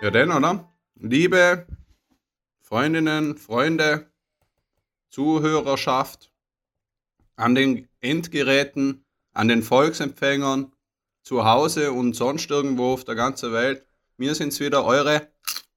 Ja, denn, oder? Liebe Freundinnen, Freunde, Zuhörerschaft, an den Endgeräten, an den Volksempfängern, zu Hause und sonst irgendwo auf der ganzen Welt. Wir sind's wieder, eure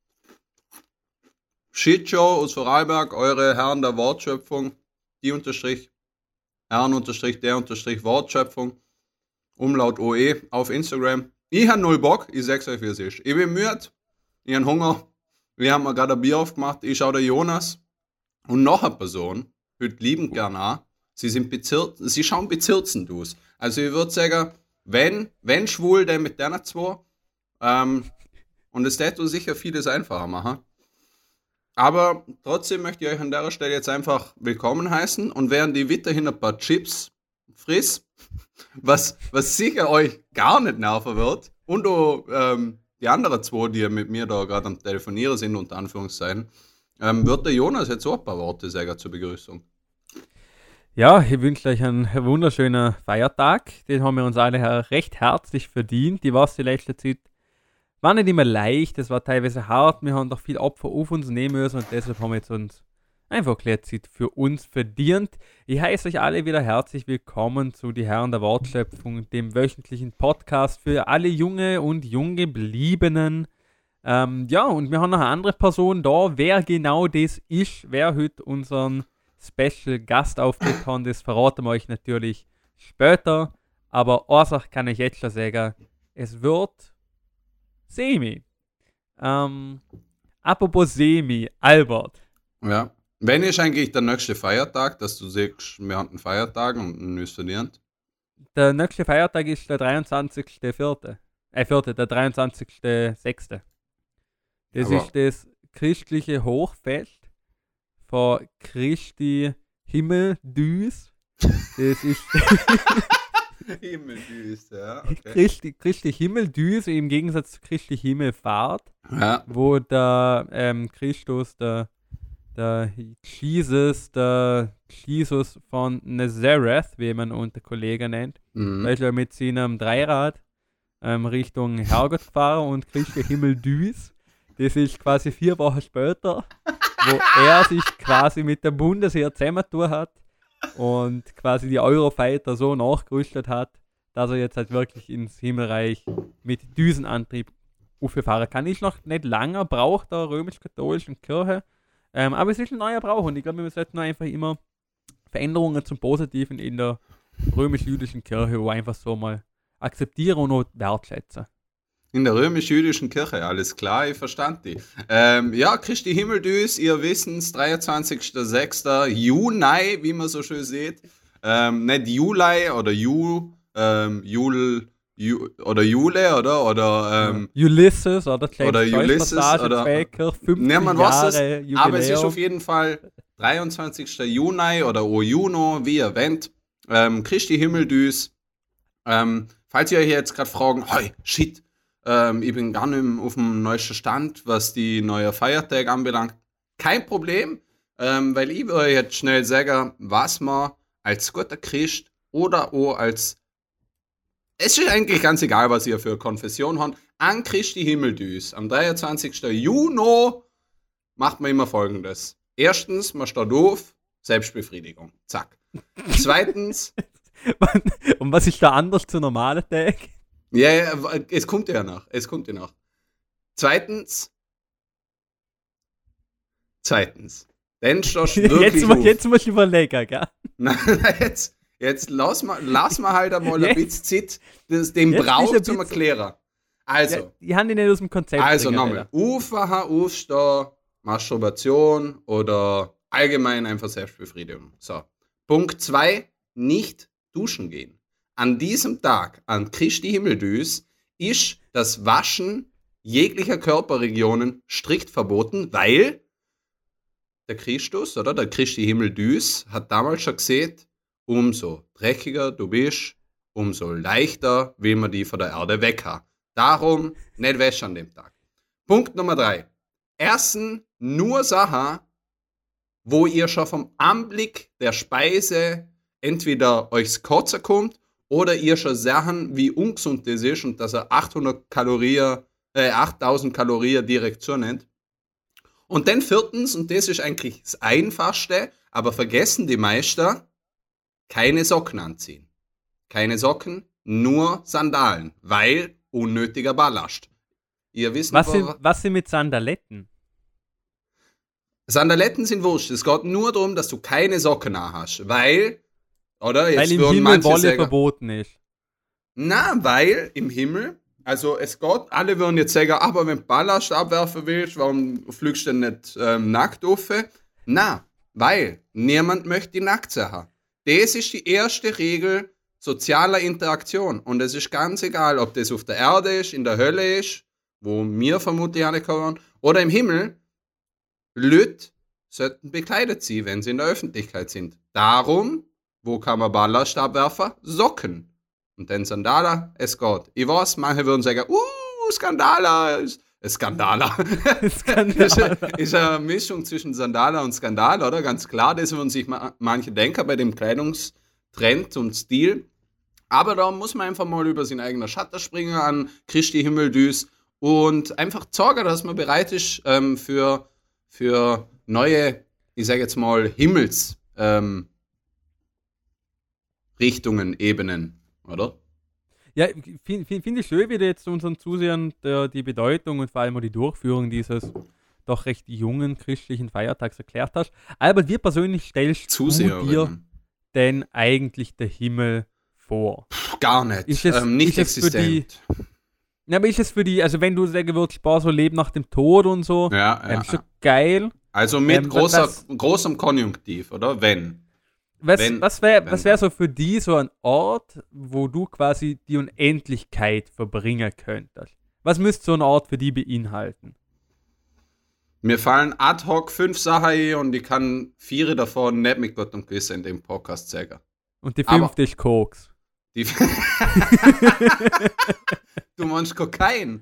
Shitshow aus Vorarlberg, eure Herren der Wortschöpfung, die Unterstrich, Herren Unterstrich, der Unterstrich Wortschöpfung, Umlaut OE auf Instagram. Ich hab null Bock, ich sag's euch wie es ist. Ich bin müde, ich hab Hunger, wir haben mir gerade ein Bier aufgemacht, ich schau der Jonas und noch eine Person, heute liebend gern an. Sie schauen bezirzend aus. Also ich würde sagen, wenn schwul, dann mit deiner zwei. Und es täte sicher vieles einfacher machen. Aber trotzdem möchte ich euch an der Stelle jetzt einfach willkommen heißen. Und während ich weiterhin ein paar Chips friss, was sicher euch gar nicht nerven wird, und auch die anderen zwei, die mit mir da gerade am Telefonieren sind, unter Anführungszeichen, wird der Jonas jetzt auch ein paar Worte sagen zur Begrüßung. Ja, ich wünsche euch einen wunderschönen Feiertag. Den haben wir uns alle recht herzlich verdient. Die war die letzte Zeit war nicht immer leicht, es war teilweise hart. Wir haben doch viel Opfer auf uns nehmen müssen und deshalb haben wir jetzt uns einfach eine Zeit für uns verdient. Ich heiße euch alle wieder herzlich willkommen zu Die Herren der Wortschöpfung, dem wöchentlichen Podcast für alle Junge und Junggebliebenen. Ja, und wir haben noch eine andere Person da. Wer genau das ist, wer heute unseren Special Gastauftritt hat, das verraten wir euch natürlich später. Aber eine Sache kann ich jetzt schon sagen, es wird Semi. Apropos Semi, Albert. Ja. Wenn ist eigentlich der nächste Feiertag, dass du sagst, wir haben einen Feiertag und einen ist verdient? Der nächste Feiertag ist der 23.04. Der 23.06. Das Aber ist das christliche Hochfest von Christi Himmeldüs. Das ist Himmeldüs, ja, okay. Christi Himmeldüs im Gegensatz zu Christi Himmelfahrt, Ja. wo der Christus, der Jesus von Nazareth, wie man unter Kollegen nennt, weil er mit seinem Dreirad Richtung Herrgott gefahren und Christi Himmeldüs. Das ist quasi 4 Wochen später, wo er sich quasi mit dem Bundesheer zusammengetan hat und quasi die Eurofighter so nachgerüstet hat, dass er jetzt halt wirklich ins Himmelreich mit Düsenantrieb auffahren kann. Ist noch nicht lange Brauch der römisch-katholischen Kirche, aber es ist ein neuer Brauch und ich glaube, wir sollten nur einfach immer Veränderungen zum Positiven in der römisch-jüdischen Kirche wo einfach so mal akzeptieren und auch wertschätzen. In der römisch-jüdischen Kirche, alles klar, ich verstand die. Ja, Christi Himmeldüs, ihr wissen's, 23.06. Juni, wie man so schön sieht. Nicht Juli oder Jule, oder Ulysses oder Ulysses oder Quäker, 50 man was Jahre es, Jubiläum. aber es ist auf jeden Fall 23. Juni oder o Juno, wie ihr wollt. Christi Himmeldüs. Falls ihr euch jetzt gerade fragen, hey, shit, ich bin gar nicht mehr auf dem neuesten Stand, was die neue Feiertage anbelangt. Kein Problem, weil ich will euch jetzt schnell sagen, was man als guter Christ oder auch als, es ist eigentlich ganz egal, was ihr für Konfession habt, an Christi Himmeldüs, am 23. Juni, macht man immer Folgendes. Erstens, man steht auf, Selbstbefriedigung, zack. Zweitens, und was ist da anders zu normalen Tagen? ja, es kommt ja noch. Zweitens. Dann stehst du wirklich jetzt musst du überlegen, gell? Nein, jetzt lass mal halt einmal ein bisschen Zeit, den Brauch zum Erklären. Also. Ja, die haben die nicht aus dem Konzept. Also nochmal. Aufwachen, aufstehen, Masturbation oder allgemein einfach Selbstbefriedigung. So. Punkt 2, nicht duschen gehen. An diesem Tag, an Christi Himmeldüs, ist das Waschen jeglicher Körperregionen strikt verboten, weil der Christus, oder der Christi Himmeldüs, hat damals schon gesehen, umso dreckiger du bist, umso leichter will man die von der Erde weg haben. Darum nicht waschen an dem Tag. Punkt Nummer 3. Essen nur Sachen, wo ihr schon vom Anblick der Speise entweder euch's Kotzen kommt oder ihr schon Sachen, wie ungesund das ist und dass er 800 Kalorien 8000 Kalorien direkt zunimmt. Und dann viertens, und das ist eigentlich das Einfachste, aber vergessen die meisten, keine Socken anziehen. Keine Socken, nur Sandalen, weil unnötiger Ballast. Ihr wisst, was sind mit Sandaletten? Sandaletten sind wurscht. Es geht nur darum, dass du keine Socken hast, weil, oder? Jetzt weil im Himmel Wolle verboten ist. Na, weil im Himmel, also es geht, alle würden jetzt sagen, aber wenn du Ballast abwerfen willst, warum fliegst du denn nicht nackt auf? Na, weil niemand möchte die nackt sehen. Das ist die erste Regel sozialer Interaktion. Und es ist ganz egal, ob das auf der Erde ist, in der Hölle ist, wo wir vermutlich alle kommen, oder im Himmel. Leute sollten bekleidet sein, wenn sie in der Öffentlichkeit sind. Darum, wo kann man Ballast abwerfen? Socken. Und dann Sandala, es geht. Ich weiß, manche würden sagen, Skandala. Skandala. ist eine Mischung zwischen Sandala und Skandal, oder? Ganz klar, das würden sich manche denken bei dem Kleidungstrend und Stil. Aber da muss man einfach mal über seinen eigenen Schatten springen an Christi Himmeldüs und einfach sorgen, dass man bereit ist für neue, ich sage jetzt mal, Richtungen, Ebenen, oder? Ja, finde ich schön, wie du jetzt unseren Zusehern die Bedeutung und vor allem auch die Durchführung dieses doch recht jungen christlichen Feiertags erklärt hast. Albert, wie persönlich stellst du dir denn eigentlich der Himmel vor? Gar nicht. Nicht existent. Aber ist es für die, also wenn du sagen würdest, so Leben nach dem Tod und so, ist schon geil. Also mit großem Konjunktiv, oder? Was wäre so für die so ein Ort, wo du quasi die Unendlichkeit verbringen könntest? Was müsste so ein Ort für die beinhalten? Mir fallen ad hoc 5 Sachen ein und ich kann 4 davon nicht mit Gott und Gewissen in dem Podcast sagen. Und die 5. ist Koks. Du meinst Kokain?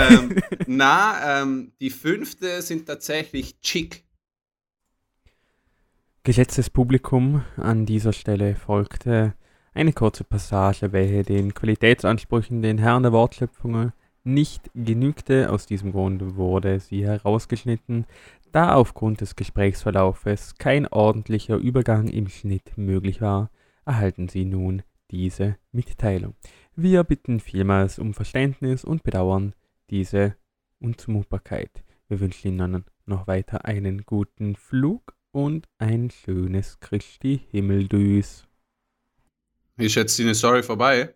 Die 5. sind tatsächlich Chick. Geschätztes Publikum, an dieser Stelle folgte eine kurze Passage, welche den Qualitätsansprüchen den Herren der Wortschöpfungen nicht genügte. Aus diesem Grund wurde sie herausgeschnitten, da aufgrund des Gesprächsverlaufes kein ordentlicher Übergang im Schnitt möglich war, erhalten Sie nun diese Mitteilung. Wir bitten vielmals um Verständnis und bedauern diese Unzumutbarkeit. Wir wünschen Ihnen noch weiter einen guten Flug und ein schönes Christi Himmeldüs. Ist jetzt die Story vorbei?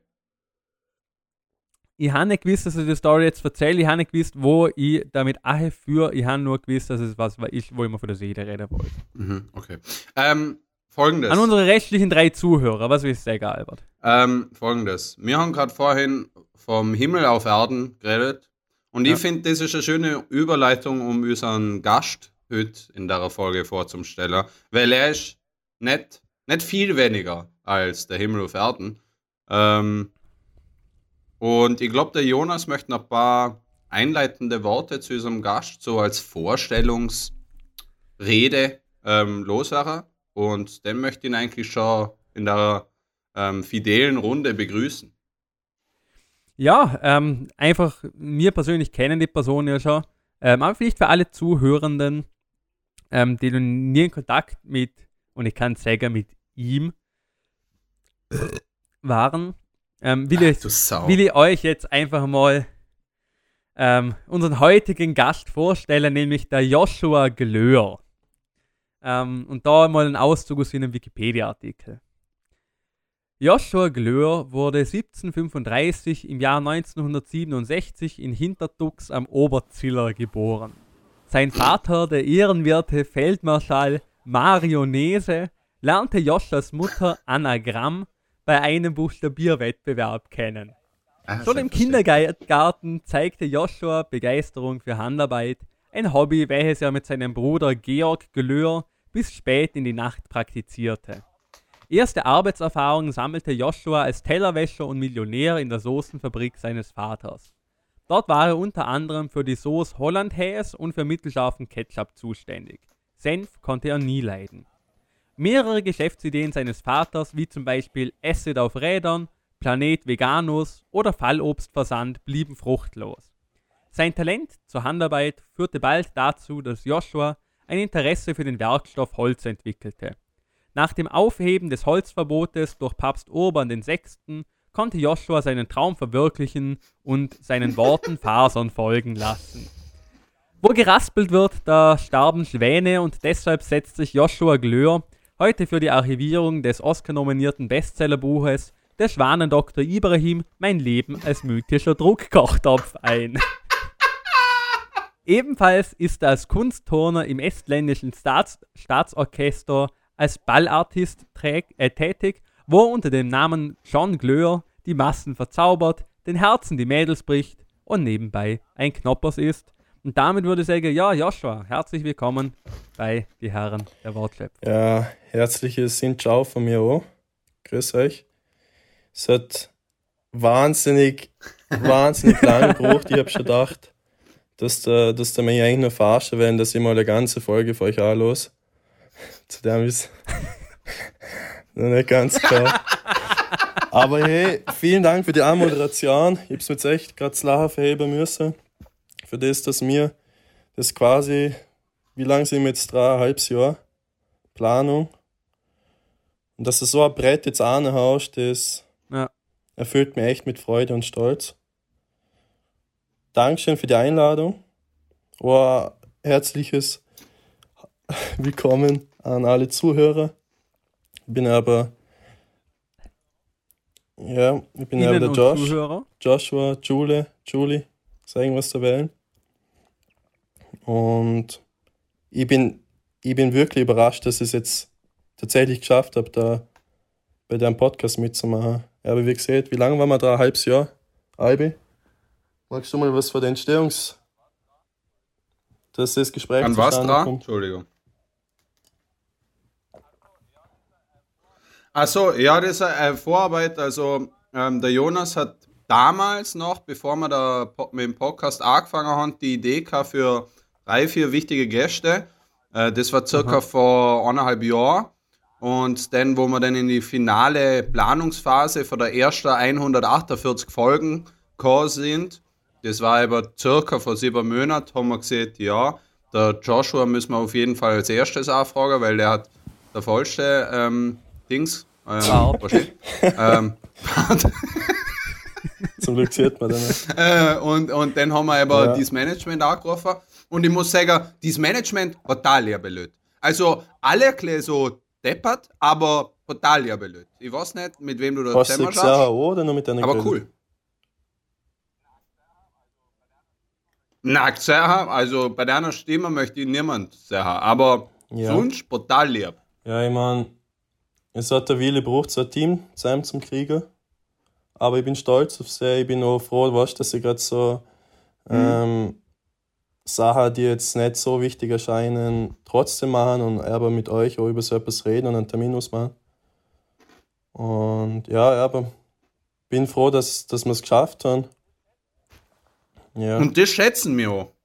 Ich habe nicht gewusst, dass ich die Story jetzt erzähle. Ich habe nicht gewusst, wo ich damit führe. Ich habe nur gewusst, dass es was ist, wo ich mal von der Seele reden wollte. Okay. Folgendes. An unsere restlichen 3 Zuhörer, was willst du sagen, Albert? Folgendes. Wir haben gerade vorhin vom Himmel auf Erden geredet. Und ich finde, das ist eine schöne Überleitung, um unseren Gast heute in der Folge vorzustellen. Weil er ist nicht viel weniger als der Himmel auf Erden. Und ich glaube, der Jonas möchte noch ein paar einleitende Worte zu unserem Gast, so als Vorstellungsrede loswerden. Und dann möchte ich ihn eigentlich schon in der fidelen Runde begrüßen. Ja, einfach, wir persönlich kennen die Person ja schon. Aber vielleicht für alle Zuhörenden, die noch nie in Kontakt mit, und ich kann sagen, mit ihm waren, will ich euch jetzt einfach mal unseren heutigen Gast vorstellen, nämlich der Joshua Glöhr. Und da mal ein Auszug aus einem Wikipedia-Artikel. Joshua Glöhr wurde 1735 im Jahr 1967 in Hintertux am Oberziller geboren. Sein Vater, der ehrenwerte Feldmarschall Mario Nese, lernte Joshuas Mutter Anagramm bei einem Buchstabierwettbewerb kennen. Schon im Kindergarten zeigte Joshua Begeisterung für Handarbeit, ein Hobby, welches er mit seinem Bruder Georg Glöhr bis spät in die Nacht praktizierte. Erste Arbeitserfahrung sammelte Joshua als Tellerwäscher und Millionär in der Soßenfabrik seines Vaters. Dort war er unter anderem für die Sauce Hollandaise und für mittelscharfen Ketchup zuständig. Senf konnte er nie leiden. Mehrere Geschäftsideen seines Vaters, wie zum Beispiel Acid auf Rädern, Planet Veganus oder Fallobstversand, blieben fruchtlos. Sein Talent zur Handarbeit führte bald dazu, dass Joshua ein Interesse für den Werkstoff Holz entwickelte. Nach dem Aufheben des Holzverbotes durch Papst Urban VI. Konnte Joshua seinen Traum verwirklichen und seinen Worten Fasern folgen lassen. Wo geraspelt wird, da starben Schwäne und deshalb setzt sich Joshua Glöhr heute für die Archivierung des Oscar-nominierten Bestsellerbuches Der Schwanendoktor Ibrahim, mein Leben als mythischer Druckkochtopf ein. Ebenfalls ist er als Kunstturner im estländischen Staatsorchester als Ballartist tätig, wo er unter dem Namen John Glöhr die Massen verzaubert, den Herzen die Mädels bricht und nebenbei ein Knoppers ist. Und damit würde ich sagen, ja, Joshua, herzlich willkommen bei die Herren der Wortschöpfung. Ja, herzliches Ciao von mir auch. Grüß euch. Es hat wahnsinnig lang gebraucht. Ich habe schon gedacht, dass der mich eigentlich nur verarschen werden, dass ich mal eine ganze Folge für euch anlos. Zu dem ist noch nicht ganz klar. Aber hey, vielen Dank für die Anmoderation. Ich hab's mir jetzt echt gerade das Lachen verheben müssen. Für das, dass mir das quasi, wie lange sind wir jetzt dran? Ein halbes Jahr Planung. Und dass du so ein Brett jetzt anhaust, das erfüllt mich echt mit Freude und Stolz. Dankeschön für die Einladung. Ein herzliches Willkommen an alle Zuhörer. Ich bin aber der Joshua, Julie, sagen was da wählen. Und ich bin wirklich überrascht, dass ich es jetzt tatsächlich geschafft habe, da bei deinem Podcast mitzumachen. Ja, aber wie gesagt, wie lange waren wir da? Ein halbes Jahr? Albi? Magst du mal was von der dass das Gespräch an was dran? Entschuldigung. Achso, ja, das ist eine Vorarbeit. Also, der Jonas hat damals noch, bevor wir da mit dem Podcast angefangen haben, die Idee gehabt für 3-4 wichtige Gäste. Das war circa vor 1,5 Jahren. Und dann, wo wir dann in die finale Planungsphase von der ersten 148 Folgen gekommen sind, das war aber circa vor 7 Monaten, haben wir gesagt, ja, der Joshua müssen wir auf jeden Fall als erstes anfragen, weil der hat der vollste Dings. Zum Glück sieht man das nicht. Und dann haben wir aber das Management angerufen. Und ich muss sagen, das Management total leerbelöt. Also alle erklären so deppert, aber total leerbelöt. Ich weiß nicht, mit wem du da zusammen schaust. Oder nur mit deiner aber cool. Na, sehr, also bei deiner Stimme möchte ich niemand sagen, aber sonst total lieb. Ja, ich meine, es hat der Wille braucht so ein Team zusammen zum Kriegen. Aber ich bin stolz auf sie. Ich bin auch froh, dass ich gerade so Sachen, die jetzt nicht so wichtig erscheinen, trotzdem machen und aber mit euch auch über so etwas reden und einen Termin ausmachen. Und ja, aber bin froh, dass wir es geschafft haben. Ja. Und das schätzen wir auch.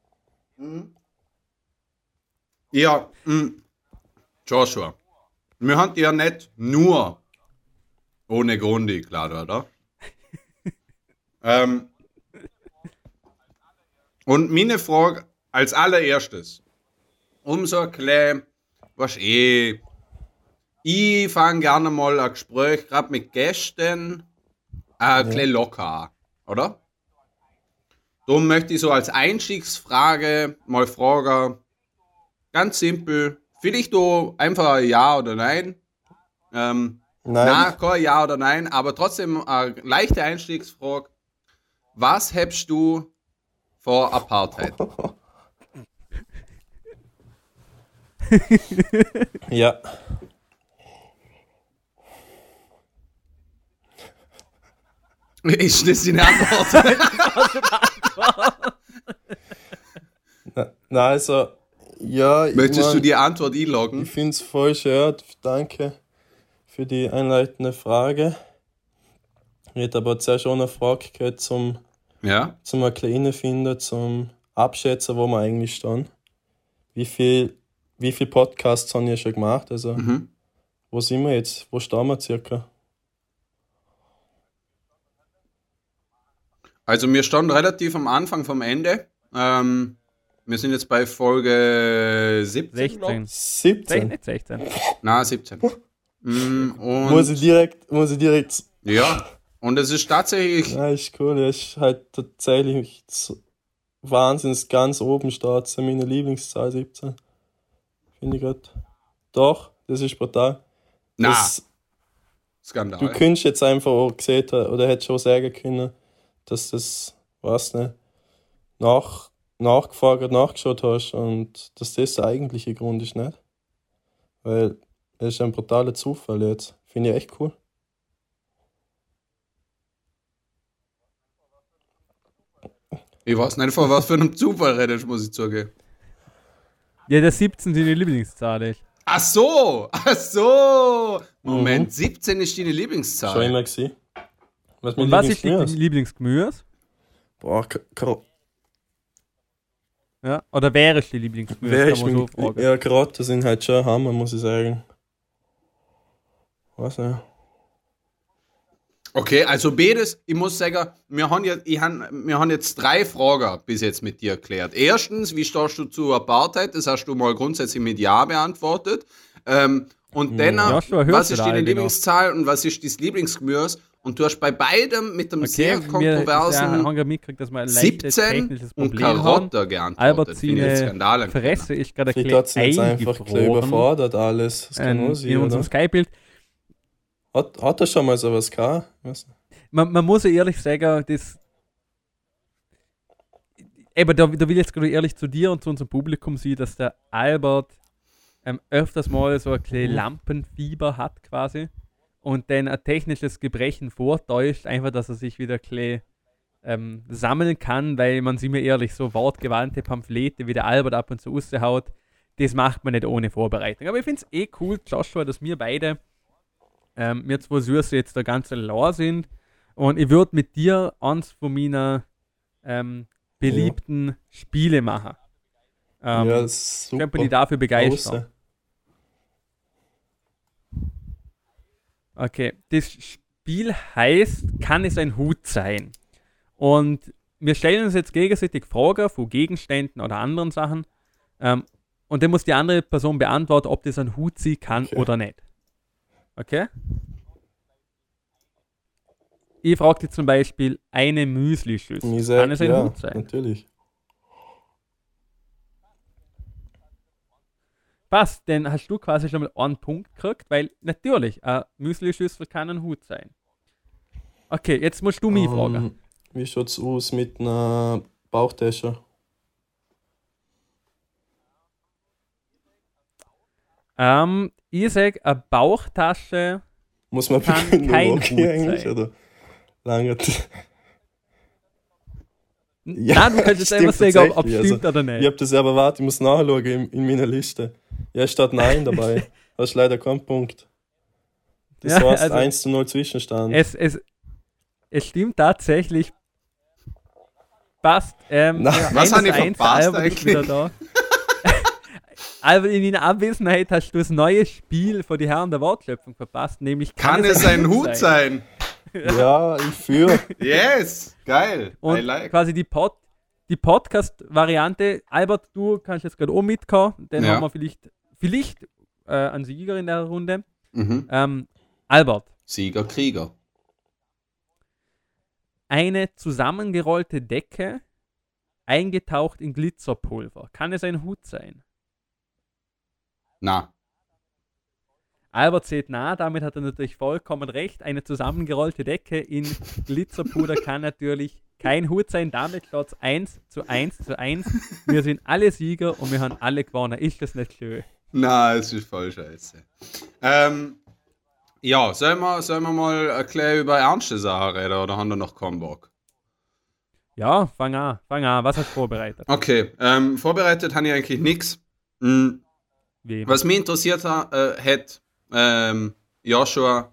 Ja, Joshua, wir haben ja nicht nur ohne Grund eingeladen, oder? Und meine Frage als allererstes, umso klein, ich fange gerne mal ein Gespräch, gerade mit Gästen, klein locker an, oder? Darum möchte ich so als Einstiegsfrage mal fragen, ganz simpel, vielleicht du einfach Ja oder Nein? Nein. Na, kein Ja oder Nein, aber trotzdem eine leichte Einstiegsfrage. Was hättest du vor Apartheid? Ja. Ist das die Antwort? Na, also, ja. Möchtest du die Antwort einloggen? Ich finde es voll schön. Danke für die einleitende Frage. Ich hätte aber zuerst schon eine Frage gehört zum ein kleinen finden, zum Abschätzen, wo wir eigentlich stehen. Wie viel Podcasts haben wir schon gemacht? Also, wo sind wir jetzt? Wo stehen wir circa? Also wir standen relativ am Anfang vom Ende. Wir sind jetzt bei Folge 17, glaub 16. ich. 17. Nicht 16. Na, 17. Und Muss ich direkt. ja, und es ist tatsächlich, Ja, ist cool. Er ist halt tatsächlich so wahnsinnig ganz oben steht. Meine Lieblingszahl 17. Finde ich gut. Doch, das ist brutal. na, Das, Skandal. du könntest jetzt einfach auch gesehen haben, oder hättest schon sagen können, dass das, weiß nicht, nachgefragt, nachgeschaut hast und dass das der eigentliche Grund ist, nicht? Weil es ist ein brutaler Zufall jetzt. Finde ich echt cool. Ich weiß nicht, von was für einem Zufall redest, muss ich zugeben. Ja, der 17 sind die Lieblingszahl. Echt. Ach so. Moment, 17 ist deine Lieblingszahl. Schon immer gesehen. Was Und was ist dein Lieblingsgemüse? Boah, Ja? Oder wäre es die Lieblingsgemüse? wer Kann ist man so mein, fragen. ja, Karotten sind halt schon Hammer, muss ich sagen. Weiß nicht. Okay, also beides, ich muss sagen, wir haben jetzt 3 Fragen bis jetzt mit dir erklärt. Erstens, wie stehst du zu Apartheid? Das hast du mal grundsätzlich mit Ja beantwortet. Und dann, Joshua, hörst was du ist da deine eigentlich Lieblingszahl und was ist dein Lieblingsgemüse? Und du hast bei beidem mit dem sehr wir kontroversen haben gerade mitgekriegt, dass wir ein leichtes 17 technisches und Problem haben. Karotte geantwortet. Albert Finde ich jetzt seine Skandal. Fresse ist gerade ein Vielleicht hat sie jetzt bisschen einfach ein bisschen eingefroren überfordert alles. Das kann auch sein, in unserem oder? Skype-Bild. Hat er schon mal sowas gehabt? Weiß nicht. Man muss ja ehrlich sagen, da will ich jetzt gerade ehrlich zu dir und zu unserem Publikum sein, dass der Albert öfters mal so ein kleines Lampenfieber hat quasi und dann ein technisches Gebrechen vortäuscht, einfach, dass er sich wieder ein bisschen sammeln kann, weil man sieht mir ehrlich, so wortgewandte Pamphlete, wie der Albert ab und zu raushaut, das macht man nicht ohne Vorbereitung. Aber ich finde es cool, Joshua, dass wir beide, wir zwei Süße jetzt da ganz allein sind. Und ich würde mit dir eins von meiner beliebten Spiele machen. Ja, das ist Ich super. könnte mich dafür begeistern. Außer. Okay, das Spiel heißt, kann es ein Hut sein? Und wir stellen uns jetzt gegenseitig Fragen von Gegenständen oder anderen Sachen. Und dann muss die andere Person beantworten, ob das ein Hut sein kann Okay. oder nicht. Okay? Ich frage dich zum Beispiel eine Müsli-Schüssel. Ich sag, Kann es ein ja, Hut sein? natürlich. Passt, dann hast du quasi schon mal einen Punkt gekriegt, weil natürlich, eine Müsli-Schüssel kann ein Hut sein. Okay, jetzt musst du mich fragen. Wie schaut's aus mit einer Bauchtasche? Ich sage, eine Bauchtasche Muss man Kann beginnen, kein okay, Hut eigentlich, sein. oder? Lange. Nein, du kannst jetzt stimmt einfach sagen, ob es tatsächlich. stimmt oder Ich nicht. hab das aber, warte, ich muss nachschauen in meiner Liste. Ja, es steht Nein dabei. Hast leider keinen Punkt. Das Ja, heißt also 1:0 Zwischenstand. Es stimmt tatsächlich. Passt. was haben die verpasst Albert ist eigentlich? wieder da. Aber in deiner Abwesenheit hast du das neue Spiel von die Herren der Wortschöpfung verpasst, nämlich Kann es ein Hut sein? Ja, ich führe. Yes, geil. Und I like. quasi die Podcast-Variante, Albert, du kannst jetzt gerade auch mitkommen, dann Ja. haben wir vielleicht einen Sieger in der Runde. Mhm. Albert, Sieger, Krieger. eine zusammengerollte Decke, eingetaucht in Glitzerpulver. Kann es ein Hut sein? Na, Albert sieht nah, damit hat er natürlich vollkommen recht. Eine zusammengerollte Decke in Glitzerpuder kann natürlich kein Hut sein. Damit steht es 1:1. Wir sind alle Sieger und wir haben alle gewonnen. Ist das nicht schön? na, es ist voll scheiße. Ja, sollen wir mal erklären über ernste Sachen reden oder haben wir noch keinen Bock? Ja, fang an. Was hast du vorbereitet? Okay, vorbereitet habe ich eigentlich nichts. Wie? Was mich interessiert hat, Joshua,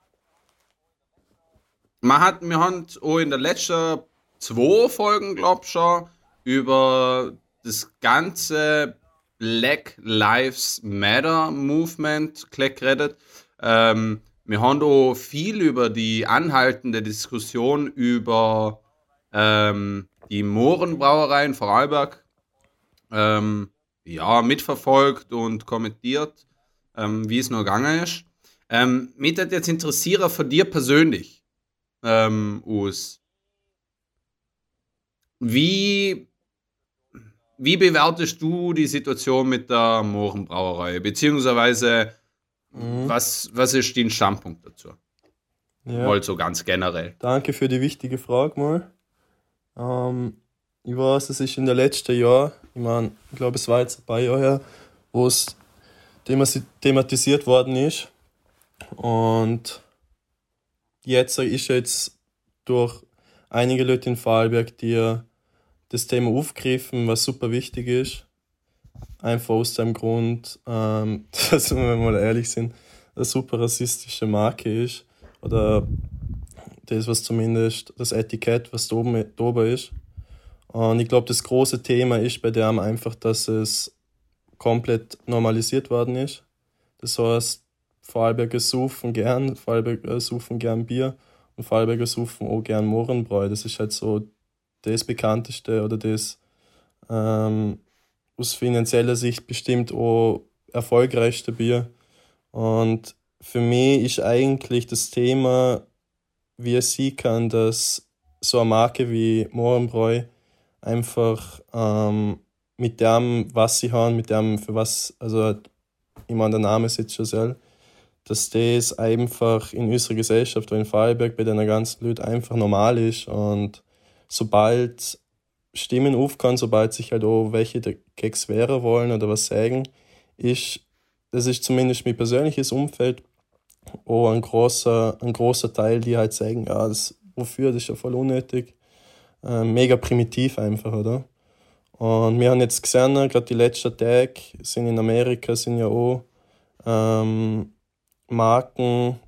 wir haben auch in den letzten 2 Folgen, glaube ich, schon über das ganze Black Lives Matter Movement geredet. Wir haben auch viel über die anhaltende Diskussion über die Mohrenbrauerei in Vorarlberg mitverfolgt und kommentiert, wie es noch gegangen ist. Mich würde jetzt interessieren von dir persönlich, Us. Wie bewertest du die Situation mit der Mohrenbrauerei? Beziehungsweise, was ist dein Standpunkt dazu? Ja, Mal so ganz generell. danke für die wichtige Frage mal. Ich weiß, es ist in den letzten Jahren, ich glaube, es war jetzt ein paar Jahre her, wo es thematisiert worden ist. Und jetzt durch einige Leute in Vorarlberg, die das Thema aufgreifen, was super wichtig ist. Einfach aus dem Grund, dass, wenn wir mal ehrlich sind, eine super rassistische Marke ist. Oder das, was zumindest das Etikett, was da oben ist. Und ich glaube, das große Thema ist bei dem einfach, dass es komplett normalisiert worden ist. Das heißt, Vorarlberger saufen gern Bier und Vorarlberger saufen auch gern Mohrenbräu. Das ist halt so das bekannteste oder das aus finanzieller Sicht bestimmt auch erfolgreichste Bier. Und für mich ist eigentlich das Thema, wie es sein kann, dass so eine Marke wie Mohrenbräu einfach mit dem, was sie haben, mit dem, für was, also ich meine, der Name sitzt schon selbst, dass das einfach in unserer Gesellschaft, in Vorarlberg, bei den ganzen Leuten einfach normal ist. Und sobald Stimmen aufkommen, sobald sich halt auch welche der Keks wehren wollen oder was sagen, das ist zumindest mein persönliches Umfeld auch ein großer Teil, die halt sagen, ja, wofür, das ist ja voll unnötig. Mega primitiv einfach, oder? Und wir haben jetzt gesehen, gerade die letzten Tage sind in Amerika sind ja auch Marken,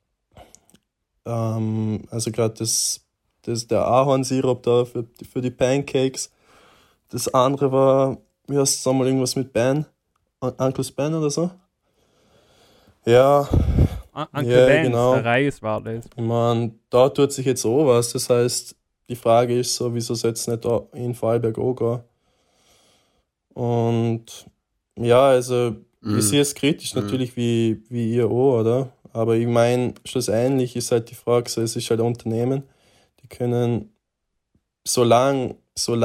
also gerade der Ahornsirup da für die Pancakes. Das andere war, wie heißt es nochmal, irgendwas mit Ben? Uncle's Ben oder so? Ja, Uncle Ben's, genau. der Reis war das. Ich meine, da tut sich jetzt auch was. Das heißt, die Frage ist so, wieso soll es nicht da in Vorarlberg auch gehen? Und ja, also ich sehe es kritisch natürlich wie ihr auch, oder? Aber ich meine, schlussendlich ist halt die Frage so, es ist halt ein Unternehmen, die können, solange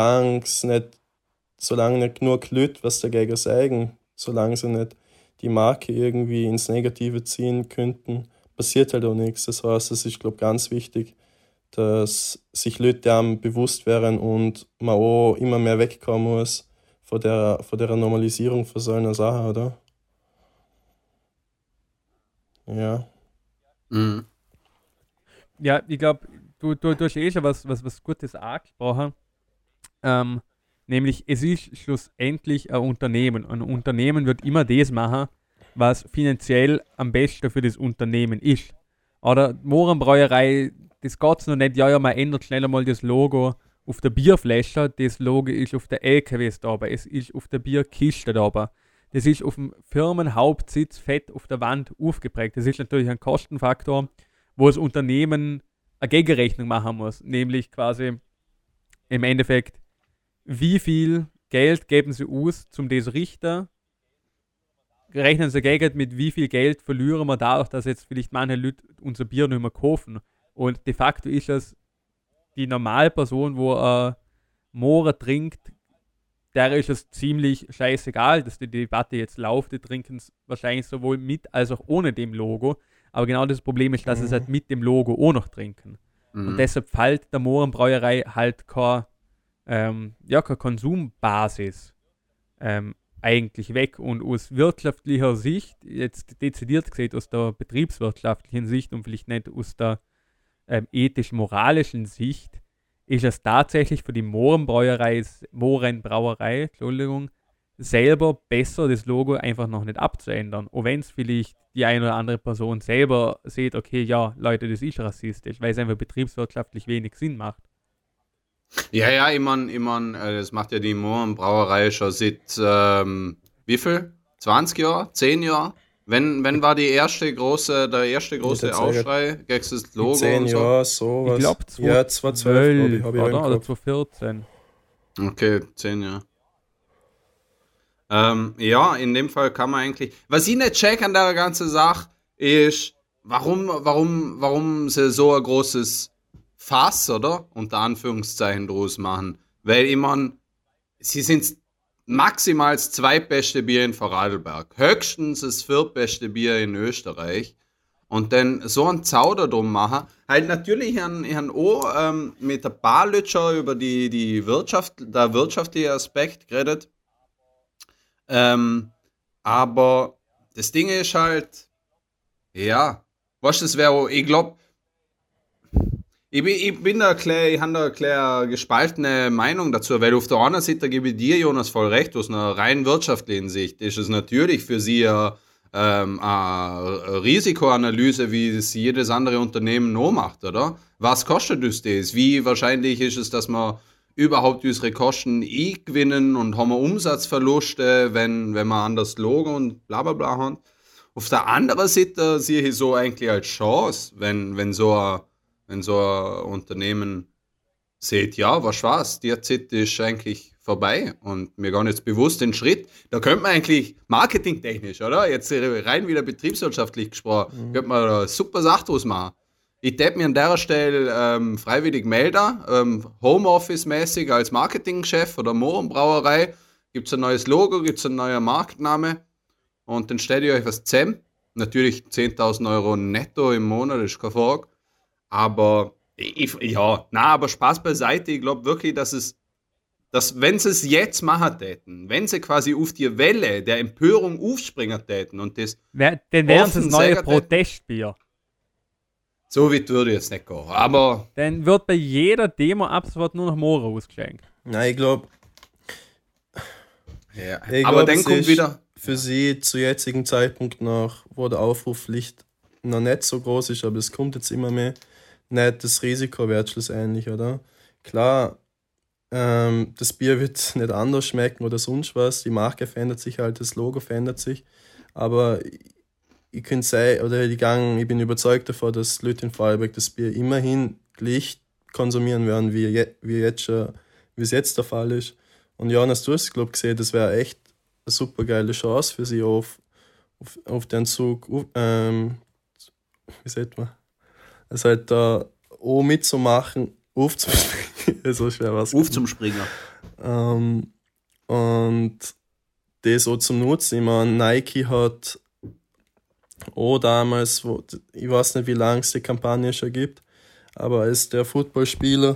nicht genug Leute was dagegen sagen, solange sie nicht die Marke irgendwie ins Negative ziehen könnten, passiert halt auch nichts. Das heißt, es ist, glaube ich, ganz wichtig, dass sich Leute dem bewusst wären und man auch immer mehr wegkommen muss von der Normalisierung von so einer Sache, oder? Ja. Mhm. Ja, ich glaube, du hast eh schon was Gutes angesprochen. Nämlich, es ist schlussendlich ein Unternehmen. Ein Unternehmen wird immer das machen, was finanziell am besten für das Unternehmen ist. Oder Mohrenbrauerei, das geht noch nicht, ja, man ändert schnell mal das Logo auf der Bierflasche, das Logo ist auf der LKWs da, aber es ist auf der Bierkiste da, aber das ist auf dem Firmenhauptsitz fett auf der Wand aufgeprägt. Das ist natürlich ein Kostenfaktor, wo das Unternehmen eine Gegenrechnung machen muss, nämlich quasi im Endeffekt, wie viel Geld geben sie aus, zum das richten, rechnen sie gegen mit wie viel Geld verlieren wir dadurch, dass jetzt vielleicht manche Leute unser Bier nicht mehr kaufen. Und de facto ist es die Normalperson, wo Moore trinkt, der ist es ziemlich scheißegal, dass die Debatte jetzt läuft. Die trinken es wahrscheinlich sowohl mit als auch ohne dem Logo. Aber genau das Problem ist, dass sie es halt mit dem Logo auch noch trinken. Und deshalb fällt der Mohrenbrauerei halt keine Konsumbasis eigentlich weg. Und aus wirtschaftlicher Sicht, jetzt dezidiert gesehen aus der betriebswirtschaftlichen Sicht und vielleicht nicht aus der ethisch-moralischen Sicht, ist es tatsächlich für die Mohrenbrauerei, selber besser, das Logo einfach noch nicht abzuändern. Auch wenn es vielleicht die eine oder andere Person selber sieht, okay, ja, Leute, das ist rassistisch, weil es einfach betriebswirtschaftlich wenig Sinn macht. Ja, ich mein, das macht ja die Mohrenbrauerei schon seit, wie viel? 20 Jahre? 10 Jahre? Wenn war der erste große der Aufschrei gegen das Logo 10 und so? Jahre, sowas. Ich glaube Ja, 2012, glaube ich, habe ich auch im oder? Oder Kopf. 2014. Okay, 10 Jahre. Ja, in dem Fall kann man eigentlich. Was ich nicht check an der ganzen Sache ist, warum sie so ein großes Fass, oder? Unter Anführungszeichen draus machen. Weil ich mein, sie sind maximal das zweitbeste Bier in Vorarlberg. Höchstens das viertbeste Bier in Österreich. Und dann so einen Zauder drum machen. Halt natürlich ich han auch mit ein paar Lütscher über die Wirtschaft, der wirtschaftliche Aspekt geredet. Aber das Ding ist halt, ja, was das wäre, ich glaube, ich habe da klar gespaltene Meinung dazu, weil auf der anderen Seite gebe ich dir, Jonas, voll recht, aus einer rein wirtschaftlichen Sicht ist es natürlich für sie eine Risikoanalyse, wie es jedes andere Unternehmen noch macht, oder? Was kostet uns das? Wie wahrscheinlich ist es, dass wir überhaupt unsere Kosten gewinnen und haben wir Umsatzverluste, wenn wir anders Logo und bla bla bla haben? Auf der anderen Seite sehe ich so eigentlich als Chance, wenn so ein Unternehmen sieht, ja, was, die Zeit ist eigentlich vorbei und mir gar nicht bewusst den Schritt. Da könnte man eigentlich marketingtechnisch, oder? Jetzt rein wieder betriebswirtschaftlich gesprochen, könnte man da super Sache draus machen. Ich tät mir an der Stelle freiwillig melden, Homeoffice-mäßig als Marketingchef oder Mohrenbrauerei. Gibt es ein neues Logo, gibt es einen neuen Marktname und dann stellt ihr euch was zusammen. Natürlich 10.000 Euro netto im Monat, ist keine Frage. Aber aber Spaß beiseite. Ich glaube wirklich, dass wenn sie es jetzt machen täten, wenn sie quasi auf die Welle der Empörung aufspringen täten und das Dann wären es das offen neue sagen täten, Protestbier. so weit würde ich jetzt nicht gehen. Aber Dann wird bei jeder Demo ab sofort nur noch Moore ausgeschenkt. Nein, ich glaube, aber dann kommt wieder. für sie zu jetzigen Zeitpunkt noch, wo der Aufrufpflicht noch nicht so groß ist, aber es kommt jetzt immer mehr, nicht das Risiko wert schlussendlich, oder? Klar, das Bier wird nicht anders schmecken oder sonst was, die Marke verändert sich halt, das Logo verändert sich, aber ich könnte sagen, oder ich bin überzeugt davon, dass Leute in Vorarlberg das Bier immerhin gleich konsumieren werden, wie es jetzt der Fall ist. Und Jonas, du hast, glaube ich, gesehen, das wäre echt eine super geile Chance für sie auf den Zug, wie sagt man? Also halt da auch mitzumachen, aufzuspringen, so schwer was. Aufzumspringen. Und das so zum Nutzen. Ich meine, Nike hat auch damals, ich weiß nicht, wie lange es die Kampagne schon gibt, aber als der Footballspieler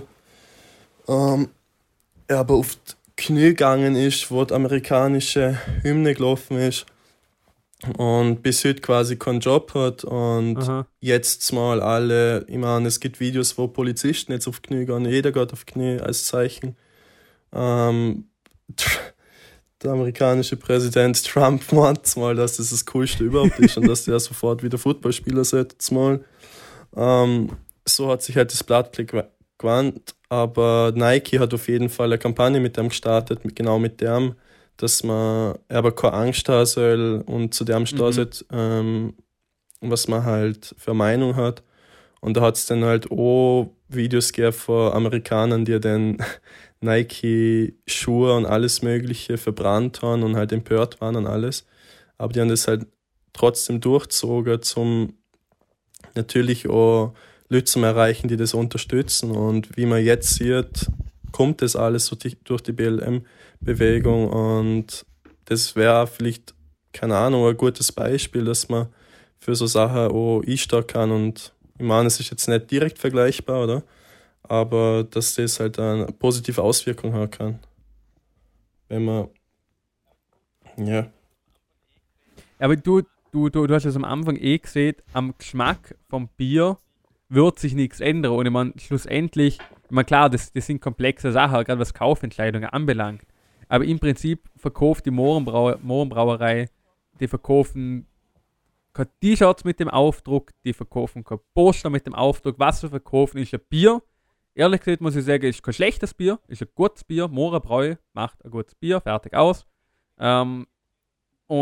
aber auf die Knie gegangen ist, wo die amerikanische Hymne gelaufen ist, und bis heute quasi keinen Job hat und jetzt mal alle, ich meine, es gibt Videos, wo Polizisten jetzt auf Knie gehen, jeder geht auf Knie als Zeichen. Der amerikanische Präsident Trump meint mal, dass das Coolste überhaupt ist und dass der sofort wieder Footballspieler sollte mal. So hat sich halt das Blatt gewandt, aber Nike hat auf jeden Fall eine Kampagne mit dem gestartet, genau mit dem, dass man aber keine Angst haben soll und zu dem stehen sollte, was man halt für eine Meinung hat. Und da hat es dann halt auch Videos gegeben von Amerikanern, die dann Nike-Schuhe und alles Mögliche verbrannt haben und halt empört waren und alles. Aber die haben das halt trotzdem durchgezogen, zum natürlich auch Leute zu erreichen, die das unterstützen. Und wie man jetzt sieht, kommt das alles so durch die BLM-Bewegung und das wäre vielleicht, keine Ahnung, ein gutes Beispiel, dass man für so Sachen auch einstehen kann und ich meine, es ist jetzt nicht direkt vergleichbar, oder? Aber dass das halt eine positive Auswirkung haben kann. Wenn man, ja. Aber du hast es am Anfang gesehen, am Geschmack vom Bier wird sich nichts ändern. Und ich meine, schlussendlich, ich meine, klar, das sind komplexe Sachen, gerade was Kaufentscheidungen anbelangt. Aber im Prinzip verkauft die Mohrenbrauerei, die verkaufen keine T-Shirts mit dem Aufdruck, die verkaufen kein Poster mit dem Aufdruck. Was sie verkaufen, ist ein Bier. Ehrlich gesagt muss ich sagen, ist kein schlechtes Bier, ist ein gutes Bier. Mohrenbräu macht ein gutes Bier, fertig aus. Und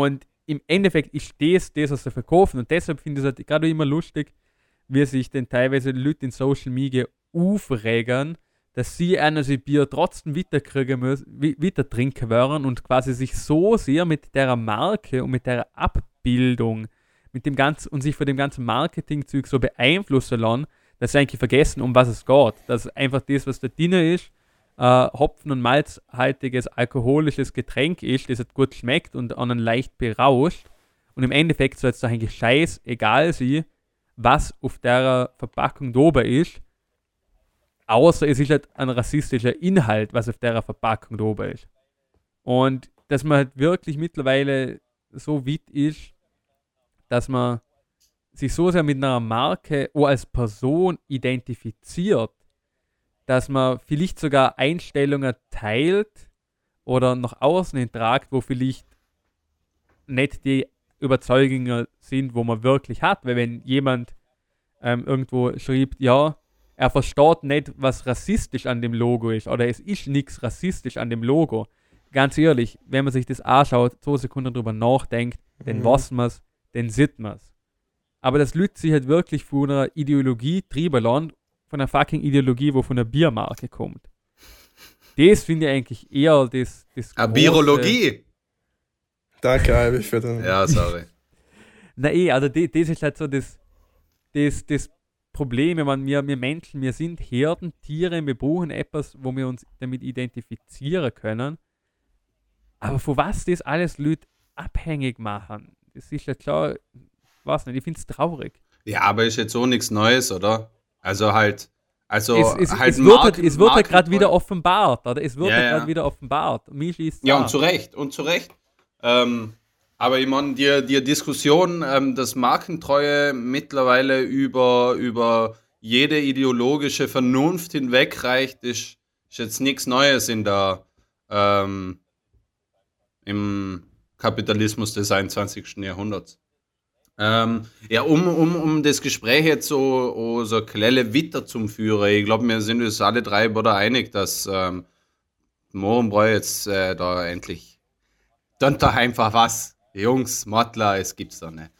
im Endeffekt ist das, was sie verkaufen. Und deshalb finde ich es halt gerade immer lustig, wie sich denn teilweise Leute in Social Media aufregen, dass sie einer sie Bier trotzdem weiterkriegen müssen, weiter trinken wollen und quasi sich so sehr mit der Marke und mit der Abbildung mit dem ganzen und sich von dem ganzen Marketingzeug so beeinflussen lassen, dass sie eigentlich vergessen, um was es geht. Dass einfach das, was da drin ist, Hopfen- und malzhaltiges alkoholisches Getränk ist, das halt gut schmeckt und einen leicht berauscht. Und im Endeffekt soll es doch eigentlich scheißegal sein, was auf der Verpackung da oben ist, außer es ist halt ein rassistischer Inhalt, was auf der Verpackung da oben ist. Und dass man halt wirklich mittlerweile so weit ist, dass man sich so sehr mit einer Marke auch als Person identifiziert, dass man vielleicht sogar Einstellungen teilt oder nach außen hin tragt, wo vielleicht nicht die Überzeugungen sind, wo man wirklich hat. Weil wenn jemand irgendwo schreibt, ja, er versteht nicht, was rassistisch an dem Logo ist oder es ist nichts rassistisch an dem Logo. Ganz ehrlich, wenn man sich das anschaut, 2 Sekunden drüber nachdenkt, dann weiß man es, dann sieht man es. Aber das Leute sich halt wirklich von einer Ideologie treiben lassen, von einer fucking Ideologie, wo von einer Biermarke kommt. Das finde ich eigentlich eher das Birologie! Danke, Albi, für den. Ja, sorry. Na also das ist halt so das Problem. Ich meine, wir Menschen, wir sind Herdentiere, wir brauchen etwas, wo wir uns damit identifizieren können. Aber von was das alles Leute abhängig machen, das ist ja klar, ich weiß nicht, ich finde es traurig. Ja, aber ist jetzt so nichts Neues, oder? Also halt es wird halt gerade wieder offenbart, oder? Es wird ja, halt gerade wieder offenbart. Mich ist ja, und zu Recht. Aber ich meine, die Diskussion, dass Markentreue mittlerweile über jede ideologische Vernunft hinwegreicht, ist jetzt nichts Neues im Kapitalismus des 21. Jahrhunderts. Ja, um das Gespräch jetzt so eine kleine Witter zum führen, ich glaube, wir sind uns alle drei da einig, dass Mohrenbräu jetzt da endlich dann doch einfach was. Jungs, Mottler, es gibt's da nicht.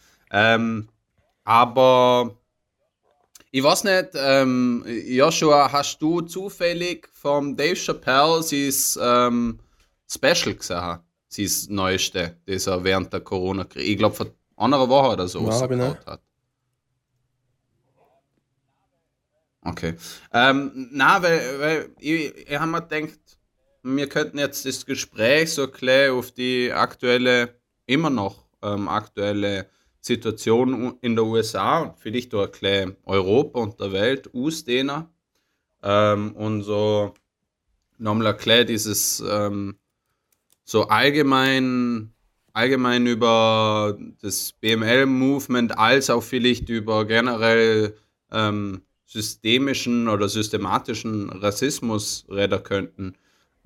Aber ich weiß nicht, Joshua, hast du zufällig vom Dave Chappelle sein Special gesehen? Sein neueste, das er während der Corona-Krise, ich glaube vor einer Woche oder so rausgebracht hat. Okay. Weil ich habe mir gedacht, wir könnten jetzt das Gespräch so klar auf die immer noch aktuelle Situation in der USA und vielleicht auch klar Europa und der Welt ausdehnen. Und so nochmal klar dieses so allgemein über das BML-Movement als auch vielleicht über generell systemischen oder systematischen Rassismus reden könnten.